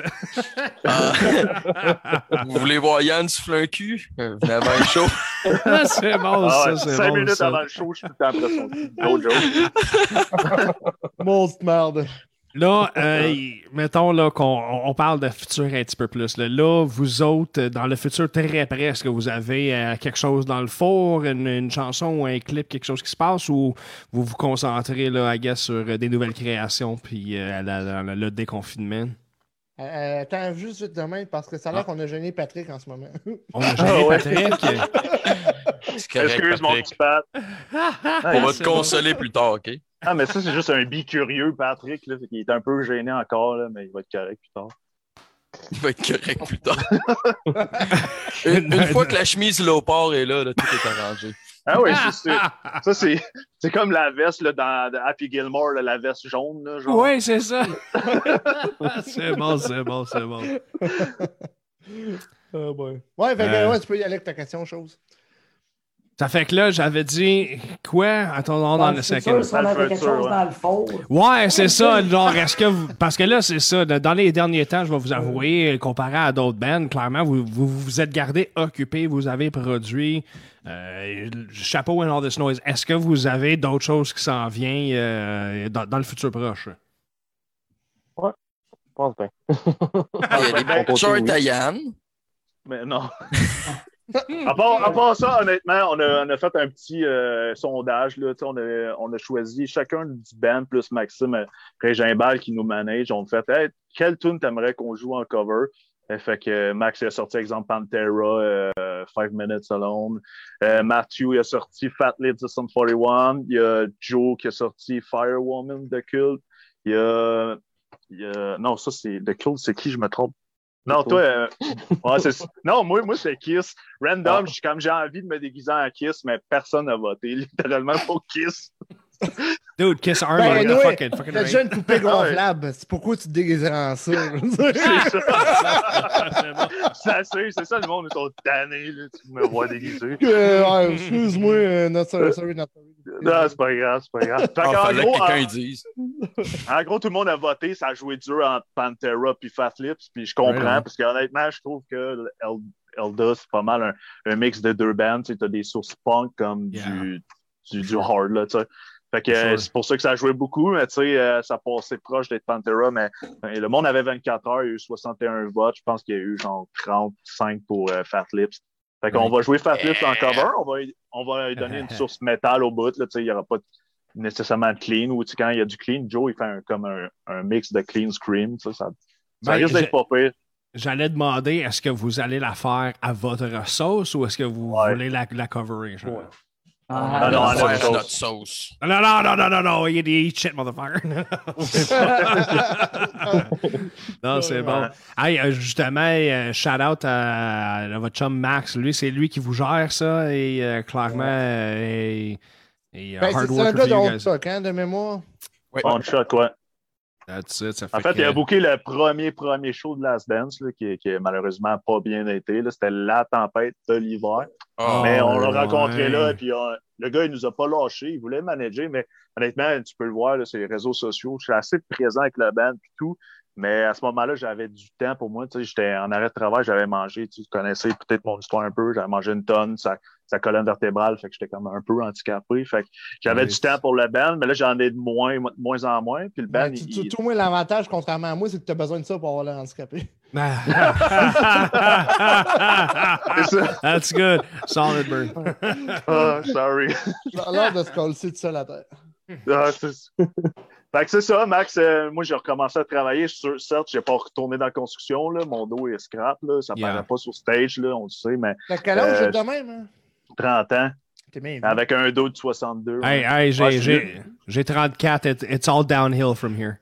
Vous voulez voir Yann souffler un cul? Venez avant le show. C'est bon, ça, c'est 5 bon, minutes ça. avant le show, je suis tout le temps après son cul. No joke. Monstre merde. Là, mettons là, qu'on parle de futur un petit peu plus. Là, vous autres, dans le futur très près, est-ce que vous avez quelque chose dans le four, une chanson ou un clip, quelque chose qui se passe, ou vous vous concentrez, là, I guess, sur des nouvelles créations puis le déconfinement? Attends juste vite demain, parce que ça a l'air qu'on a gêné Patrick en ce moment. On a gêné Patrick? C'est correct, Excuse mon Patrick. petit Pat. On va te consoler plus tard, OK? Ah, mais ça, c'est juste un bicurieux, Patrick. Là, il est un peu gêné encore, là, mais il va être correct plus tard. Il va être correct plus tard. une fois que la chemise léopard est là, tout est arrangé. Ah oui, c'est comme la veste là, dans Happy Gilmore, là, la veste jaune. Là, genre. Oui, c'est ça. c'est bon. Oh boy. Ouais, fait que ouais, tu peux y aller avec ta question, chose. Ça fait que là, j'avais dit quoi? Attendons dans le second. Si on avait quelque chose dans le four. Ouais, c'est ça. Genre, est-ce que vous... Parce que là, c'est ça. Dans les derniers temps, je vais vous avouer, comparé à d'autres bands, clairement, vous vous êtes gardé occupé, vous avez produit Chapeau and All This Noise. Est-ce que vous avez d'autres choses qui s'en viennent dans le futur proche? Ouais, je pense bien. Il y a des bons shorts à Yann. Mais non. À part ça, honnêtement, on a fait un petit sondage. Là, on a choisi chacun du band plus Maxime Régimbal qui nous manage. On fait hey, quelle tune t'aimerais qu'on joue en cover? Fait que Max a sorti, exemple, Pantera, 5 Minutes Alone. Matthew a sorti Fat Lips de Sum 41. Il y a Joe qui a sorti Firewoman de Cult. Il y a... Non, ça, c'est The Cult, c'est qui, je me trompe? Non, toi, ouais, non, moi, c'est Kiss. Random, j'ai envie de me déguiser en Kiss, mais personne n'a voté, littéralement, pour Kiss. Dude, Kiss Army, Ben, fucking t'as déjà une poupée gonflable. C'est pourquoi tu te déguiserais en ça? C'est ça, le monde, ils sont tannés, là, tu me vois déguisé. Excuse-moi, not sorry. Non, c'est pas grave. Fallait que quelqu'un dise. En gros, tout le monde a voté, ça a joué dur entre Pantera et Fat Lips, puis je comprends, parce qu'honnêtement, je trouve que Elda, c'est pas mal un mix de deux bands. Tu as des sources punk comme du hard, là, tu sais. Fait que c'est pour ça que ça a joué beaucoup, mais tu sais, ça passait proche d'être Pantera, mais le monde avait 24 heures, il y a eu 61 votes, je pense qu'il y a eu genre 35 pour Fat Lips. Fait qu'on va jouer Fat Lips en cover, on va lui donner une source métal au bout, là, tu sais, il n'y aura pas nécessairement de clean, ou tu sais, quand il y a du clean, Joe, il fait comme un mix de clean scream, ça risque d'être pas pire. j'allais demander, est-ce que vous allez la faire à votre sauce ou est-ce que vous voulez la coverer? Genre? Non, On non, va notre faire notre sauce. sauce. Non, il eat shit, motherfucker. Non, c'est bon. Hey, justement, shout-out à votre chum Max. Lui, c'est lui qui vous gère ça et clairement, et hard c'est un worker gars for you de guys. Stock, hein, de mémoire. On shot, ouais. That's it, ça En fait, il a booké le premier show de Last Dance, là, qui malheureusement pas bien été. Là. C'était la tempête de l'hiver. Mais on l'a rencontré là, puis le gars, il nous a pas lâché. Il voulait manager, mais honnêtement, tu peux le voir là, sur les réseaux sociaux. Je suis assez présent avec le band et tout. Mais à ce moment-là, j'avais du temps pour moi. Tu sais, j'étais en arrêt de travail, j'avais mangé. Tu connaissais peut-être mon histoire un peu. J'avais mangé une tonne, sa colonne vertébrale. Fait que j'étais comme un peu handicapé. Fait que j'avais du temps pour le band, mais là, j'en ai de moins en moins. Puis le band, Tout moins l'avantage, contrairement à moi, c'est que tu as besoin de ça pour avoir l'air handicapé. That's good. Solid burn. Oh, sorry. J'ai l'air de se coller tout seul à terre. Fait que c'est ça, Max. Moi, j'ai recommencé à travailler. Certes, je n'ai pas retourné dans la construction. Là. Mon dos est scrap. Là. Ça ne paraît pas sur stage, là, on le sait. Mais, t'as quel âge de même? Hein? 30 ans. Avec un dos de 62. Hey, j'ai 34. It's all downhill from here.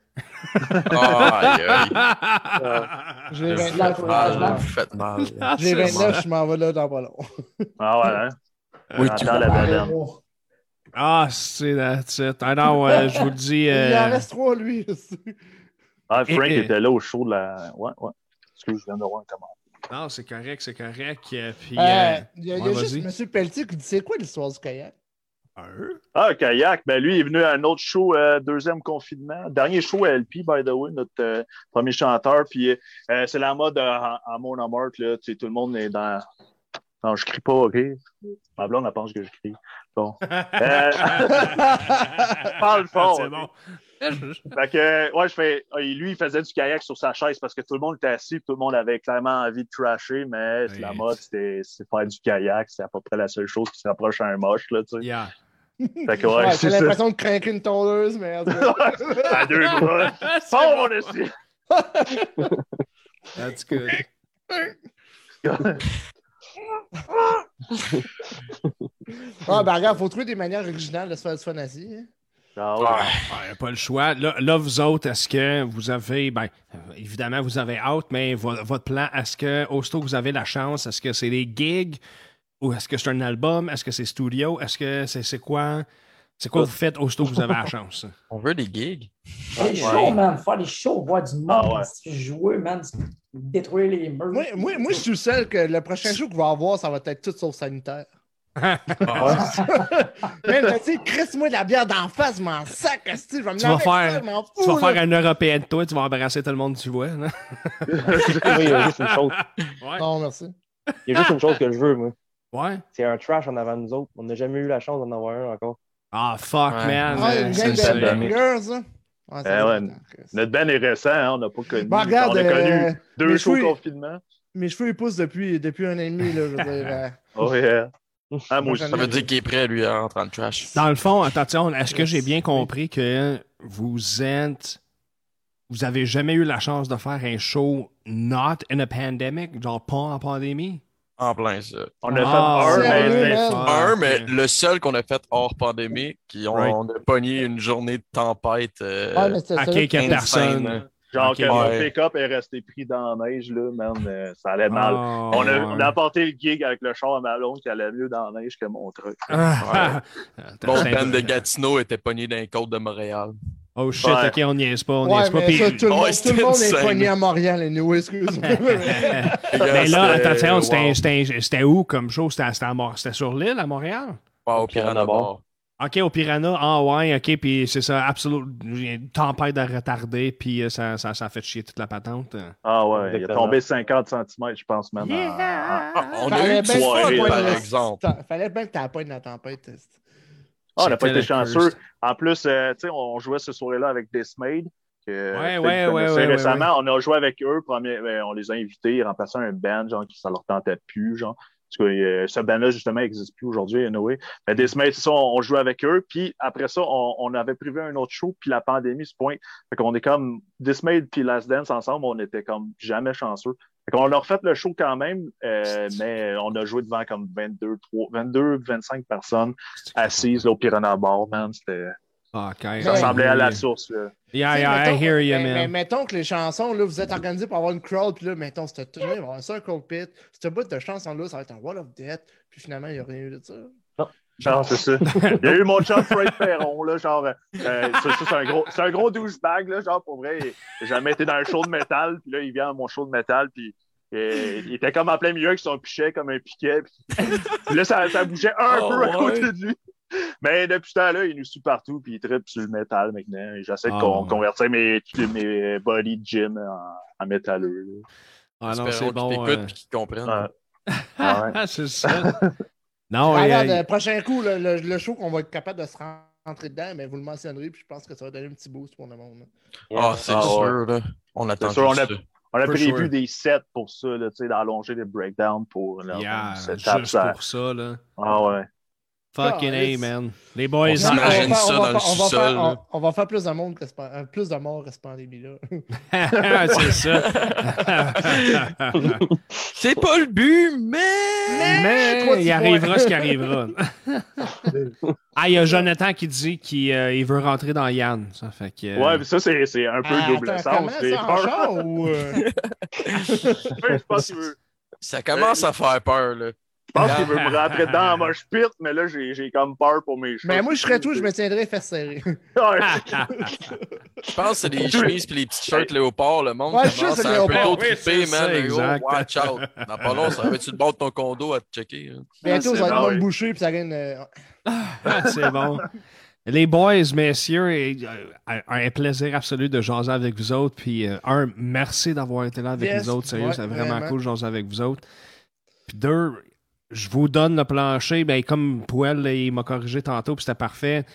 J'ai 29. Faites mal. J'ai 29, je m'en vais là dans pas long. Ah ouais, hein? Oui, J'entends la badane. C'est that's it. I know, je vous le dis. Il en reste 3, lui. Frank était là au show de la. Ouais. Excuse, je viens de voir un commentaire. Non, c'est correct. Puis, il y a juste M. Pelletier qui dit c'est quoi l'histoire du kayak? Kayak, ben lui, il est venu à un autre show, deuxième confinement. Dernier show à LP, by the way, notre premier chanteur. Puis c'est la mode en Mon Amour, là. Tu sais, tout le monde est dans. Non, je crie pas, OK? Ma blonde, elle pense que je crie. Bon. Parle fort. C'est bon. Fait que, lui, il faisait du kayak sur sa chaise parce que tout le monde était assis, tout le monde avait clairement envie de trasher, mais la mode, c'est faire du kayak, c'est à peu près la seule chose qui se rapproche à un moche, là, tu sais. Yeah. Fait que, j'ai l'impression de craquer une tondeuse, mais... à deux bras. Sors, mon esti! That's good. Regarde, faut trouver des manières originales de se faire du fun assis. Hein? Pas le choix. Là, vous autres, est-ce que vous avez, évidemment, vous avez out, mais votre plan, est-ce que, aussitôt que vous avez la chance, est-ce que c'est des gigs ou est-ce que c'est un album? Est-ce que c'est studio? Est-ce que c'est quoi? C'est quoi vous faites aussitôt que vous avez la chance? On veut des gigs. Des shows, man. Faire des shows, voir du monde, jouer, man. Détruire les murs. Moi, je suis seul que le prochain show qu'on va avoir, ça va être tout sauf sanitaire. Même, tu sais, crisse-moi de la bière d'en face, je m'en sac, je vais me Tu vas faire un européen de toi, tu vas embrasser tout le monde que tu vois. Là. Il y a juste une chose. Non, merci. Il y a juste une chose que je veux, moi. Ouais. C'est un trash en avant de nous autres. On n'a jamais eu la chance d'en avoir un encore. Ah, fuck, man. Une gang de bangers, ça. Notre band est récent, hein, on n'a pas connu. Regarde, on a connu 2 shows confinement. Mes cheveux, ils poussent depuis 1 an et demi, là, je veux dire. Oh yeah. Ça veut dire qu'il est prêt, lui, à rentrer en trash. Dans le fond, attention, est-ce que j'ai bien compris que vous avez jamais eu la chance de faire un show not in a pandemic, genre pas en pandémie? En plein ça. On a fait mais le seul qu'on a fait hors pandémie, on a pogné une journée de tempête à quelques personnes. Genre que mon pick-up est resté pris dans la neige, là, man, ça allait mal. On a apporté le gig avec le char à ma blonde qui allait mieux dans la neige que mon truc. Mon band de Gatineau était pogné dans les côtes de Montréal. Oh shit, ok, on n'y est pas, Mais ça, tout le monde est pogné à Montréal, anyway, excuse-moi. Mais là, attention, c'était où comme show? C'était sur l'île, à Montréal? Au Piranha Bar. OK, au Piranha, OK, puis c'est ça, une tempête à retarder, puis ça a fait chier toute la patente. Ah ouais, il a tombé 50 cm, je pense, même. On a eu une soirée, par exemple. Fallait bien que tu n'aies pas de la tempête. on n'a pas été chanceux. En plus, tu sais, on jouait ce soir-là avec Dismayed. Récemment, on a joué avec eux. On les a invités, ils remplaçaient un band, genre, qui ça leur tentait plus, genre. Parce que ce band-là, justement, n'existe plus aujourd'hui, anyway. Mais Dismayed, c'est ça, on jouait avec eux. Puis après ça, on avait prévu un autre show, puis la pandémie se pointe. Fait qu'on est comme Dismayed puis Last Dance ensemble, on était comme jamais chanceux. On a refait le show quand même, mais on a joué devant comme 22-25 personnes assises là, au Piranha Bar, man. Ça ressemblait à la source. Là. Yeah, I hear you, mais man. mettons que les chansons, là, vous êtes organisés pour avoir une crowd, puis là, mettons, cette tournée, il va y avoir un circle pit. Cette bout de chansons-là, ça va être un Wall of Death, puis finalement, il n'y a rien eu de ça. Non, c'est ça. Il y a eu mon chum Fred Perron, là, genre, c'est un gros douchebag, là, genre, pour vrai, il a jamais été dans un show de métal, puis là, il vient à mon show de métal, puis il était comme en plein milieu avec son pichet, comme un piquet, puis là, ça bougeait un peu à côté de lui. Mais depuis ce temps-là, il nous suit partout, puis il tripe sur le métal maintenant. J'essaie de convertir mes body gym en métalleux. Ah non, c'est bon. Qu'ils t'écoutent et qu'ils comprennent. C'est ça. Non, regarde, prochain coup, le show qu'on va être capable de se rentrer dedans, mais vous le mentionnerez, puis je pense que ça va donner un petit boost pour le monde. C'est sûr, là. On attend ça. On a prévu des sets pour ça, là, d'allonger des breakdowns pour juste pour ça, là. Ah ouais. Fucking A, man. Les boys, imagine ça dans le sous-sol. On va faire plus de monde que plus de morts que ce pandémie-là. C'est ça. C'est pas le but, mais il arrivera ce qui arrivera. Il y a Jonathan qui dit qu'il veut rentrer dans Yann. Ça fait que, ouais, mais ça, c'est un peu double sens. C'est peur. Je pense qu'il veut. Ça commence à faire peur, là. Je pense qu'il veut me rentrer dedans en moche pit, mais là, j'ai comme peur pour mes choses. Mais moi, je serais tout, je me tiendrais fesses serrées. Je pense que c'est les chemises et les petits shirts léopard. Le monde commence à un peu trop triper, man. Watch out. Dans pas long, ça va-tu le bord de ton condo à te checker? Bientôt, ça va être bouché puis ça gagne. C'est bon. Les boys, messieurs, un plaisir absolu de jaser avec vous autres. Puis, merci d'avoir été là avec nous autres. Sérieux, c'est vraiment cool de jaser avec vous autres. Puis deux, je vous donne le plancher. Ben, comme Pouel, il m'a corrigé tantôt, puis c'était parfait.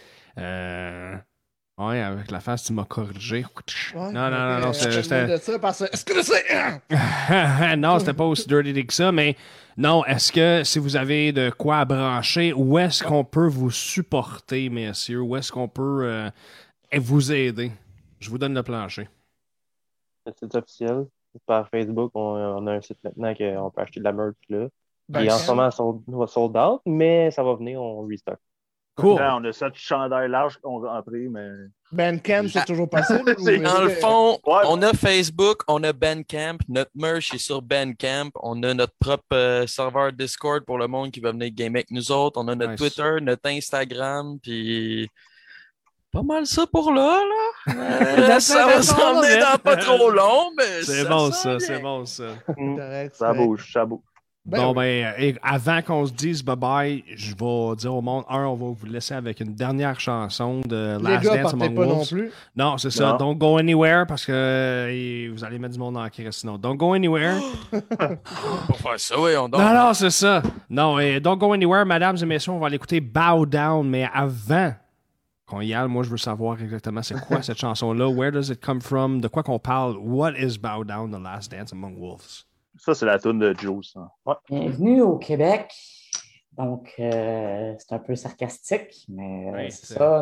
Ouais, avec la face, tu m'as corrigé. Ouais, non, c'était... Est-ce que c'est... Non, c'était pas aussi dirty que ça, mais non, est-ce que si vous avez de quoi brancher, où est-ce qu'on peut vous supporter, messieurs? Où est-ce qu'on peut vous aider? Je vous donne le plancher. Le site officiel. Par Facebook, on a un site maintenant qu'on peut acheter de la merch là. Et en ce moment, sold out, mais ça va venir, on restock. Cool. Là, on a 7 chandails larges qu'on a pris, mais... Bandcamp, c'est toujours possible? Dans le fond, on a Facebook, on a Bandcamp, notre merch est sur Bandcamp, on a notre propre serveur Discord pour le monde qui va venir gamer avec nous autres, on a notre Twitter, notre Instagram, puis... Pas mal ça pour là. Ça va sembler dans pas trop long, mais c'est bon ça, c'est bon ça. Ça bouge. Bon, avant qu'on se dise bye-bye, je vais dire au monde, on va vous laisser avec une dernière chanson de Last Dance Among Wolves. Non plus. Non, c'est ça. Don't Go Anywhere, parce que vous allez mettre du monde dans la crise sinon. Don't Go Anywhere. Pour faire ça, oui, on dort. Non, c'est ça. Non, Don't Go Anywhere, mesdames et messieurs, on va l'écouter Bow Down, mais avant qu'on y aille, moi, je veux savoir exactement c'est quoi cette chanson-là. Where does it come from? De quoi qu'on parle? What is Bow Down, The Last Dance Among Wolves? Ça, c'est la toune de Juice. Hein. Ouais. Bienvenue au Québec. Donc, c'est un peu sarcastique, mais c'est ça.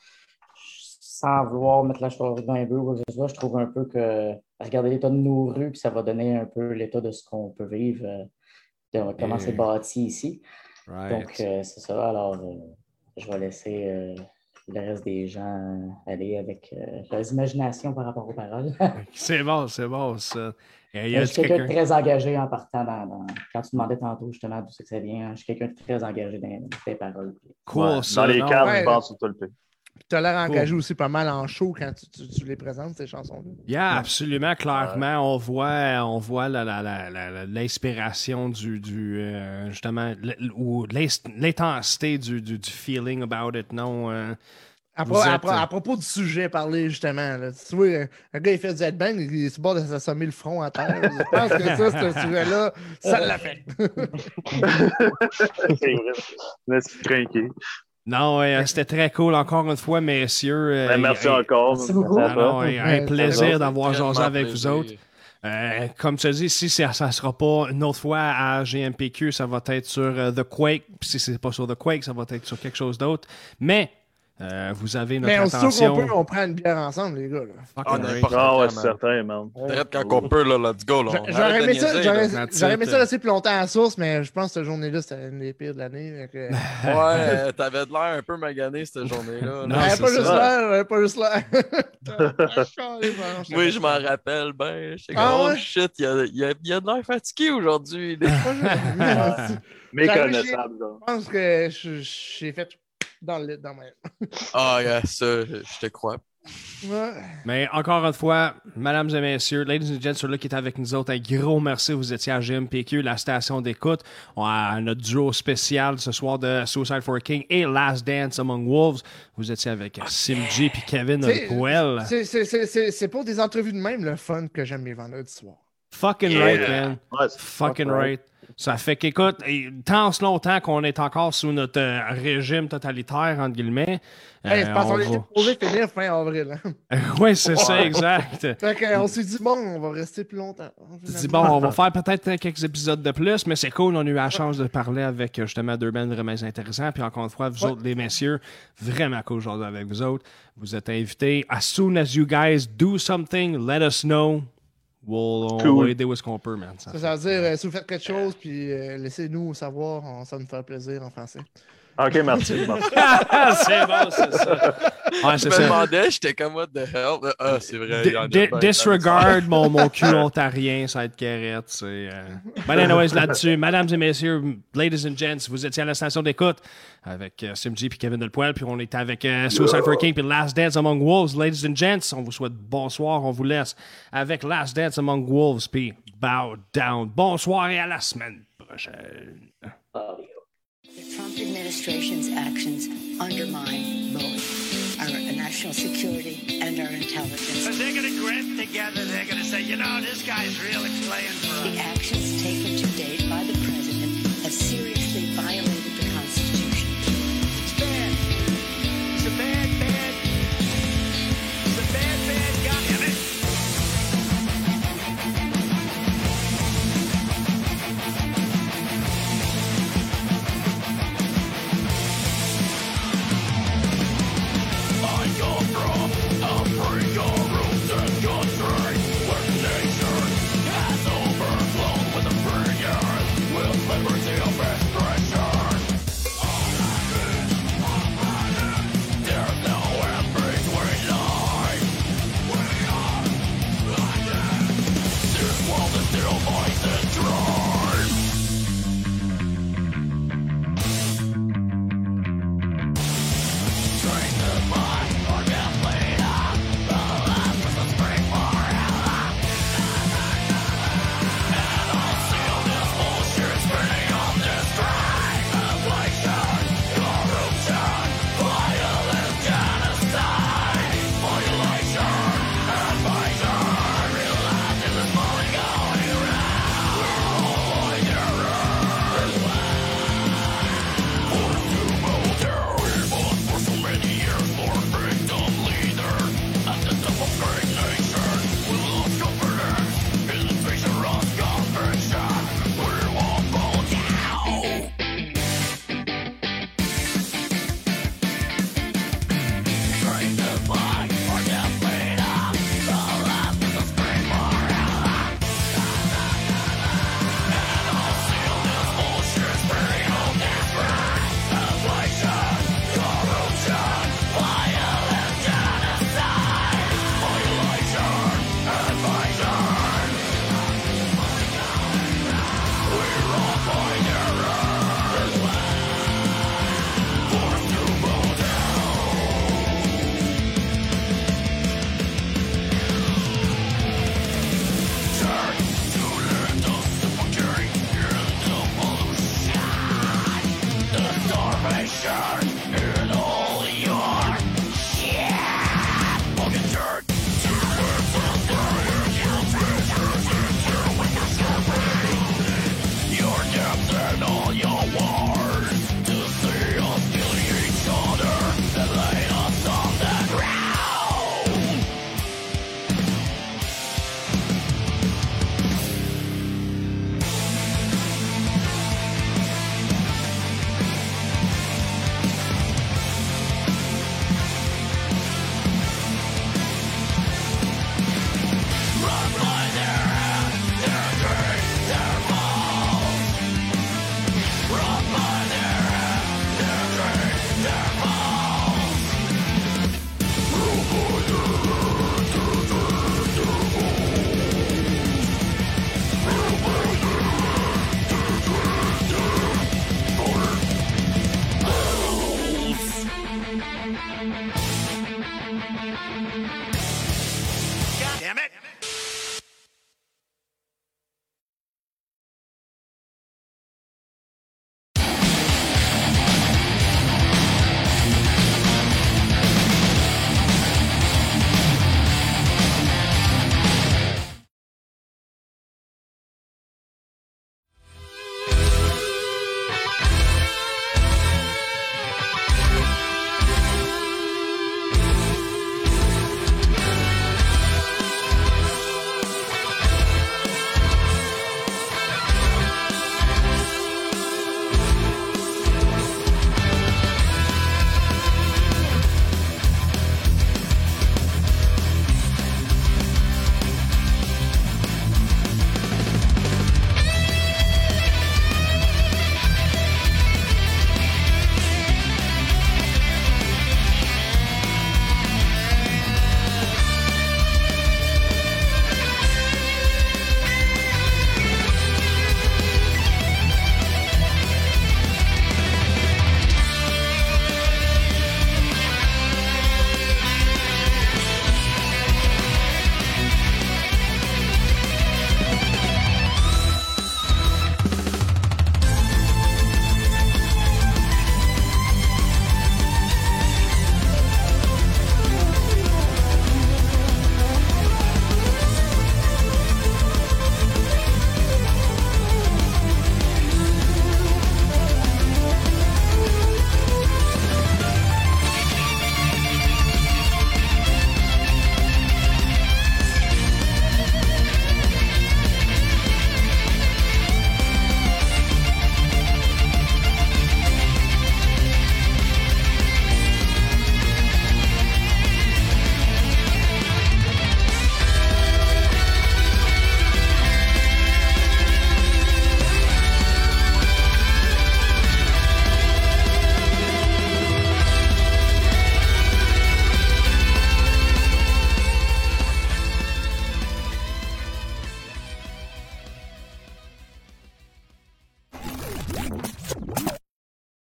Sans vouloir mettre la chose dans les bulles ou quoi que ce soit, je trouve un peu que regarder l'état de nos rues, puis ça va donner un peu l'état de ce qu'on peut vivre, de comment c'est bâti ici. Right. Donc, c'est ça. Alors, je vais laisser le reste des gens aller avec leurs imaginations par rapport aux paroles. C'est bon, ça. Je suis quelqu'un de très engagé en partant quand tu demandais tantôt justement d'où c'est que ça vient. Je suis quelqu'un de très engagé dans les paroles. Cool, ça. Dans les cadres, je pense tout le pays. Tu as l'air engagé aussi pas mal en show quand tu les présentes, ces chansons-là. Yeah, absolument, clairement. On voit l'inspiration justement, ou l'intensité du feeling about it, non? À propos du sujet parlé, justement, là, tu vois, un gars, il fait du headbang, il se bat de s'assommer le front à terre. Je pense que ça, ce sujet-là, ça l'affecte. C'est vrai. Laisse craquer. Non, c'était très cool, encore une fois, messieurs. Merci encore. Merci beaucoup. Un plaisir d'avoir jasé avec vous autres. Comme tu as dit, si ça ne sera pas une autre fois à GMPQ, ça va être sur The Quake. Puis si c'est pas sur The Quake, ça va être sur quelque chose d'autre. Mais Vous avez notre Mais attention. aussitôt qu'on peut, on prend une bière ensemble, les gars. Ouais, c'est certain, man. Peut-être quand on peut, là, let's go. Là. J'aurais aimé ça, J'aurais aimé ça laisser plus longtemps à la source, mais je pense que cette journée-là, c'était une des pires de l'année. Ouais, t'avais de l'air un peu magané cette journée-là. Non, J'avais pas juste l'air. Moi, je m'en rappelle bien. J'étais comme, oh shit, il y a de l'air fatigué aujourd'hui. Méconnaissable. Je pense que j'ai fait dans le lit dans ma Ah, yeah, ça, je te crois. Ouais. Mais encore une fois, mesdames et messieurs, ladies and gentlemen, qui est avec nous autres, un gros merci. Vous étiez à GMPQ, la station d'écoute. On a notre duo spécial ce soir de Suicide for a King et Last Dance Among Wolves. Vous étiez avec Sim-G et Kevin Poel. C'est pour des entrevues de même le fun que j'aime les vendredis soirs. Fucking right, man. Fucking right. Ça fait qu'écoute, tant longtemps qu'on est encore sous notre régime totalitaire, entre guillemets. C'est parce qu'on était supposé finir fin avril. Oui, c'est ça, exact. Fait qu'on s'est dit, bon, on va rester plus longtemps. On va faire peut-être quelques épisodes de plus, mais c'est cool. On a eu la chance de parler avec justement deux bands vraiment intéressants. Puis encore une fois, vous autres, les messieurs, vraiment cool aujourd'hui avec vous autres. Vous êtes invités. As soon as you guys do something, let us know. On va aider où est-ce qu'on peut, man. Ça veut dire, si vous faites quelque chose, puis laissez-nous savoir, ça nous fait plaisir en français. OK, merci. C'est bon, c'est ça. Ouais, je me demandais, j'étais comme, what the hell? Ah, c'est vrai. Disregard mon cul ontarien, ça va être carrette. Ben anyways, là-dessus, mesdames et messieurs, ladies and gents, vous étiez à la station d'écoute avec Sim-G puis Kevin Delpoil, puis on était avec Suicide for a King puis Last Dance Among Wolves. Ladies and gents, on vous souhaite bonsoir, on vous laisse avec Last Dance Among Wolves, puis Bow Down. Bonsoir et à la semaine prochaine. The Trump administration's actions undermine both our national security and our intelligence. Because they're going to grit together. They're going to say, you know, this guy's really playing for us. The actions taken to date by the president have seriously violated the Constitution. It's bad. It's a bad guy. Damn it. Liberty of Thank you.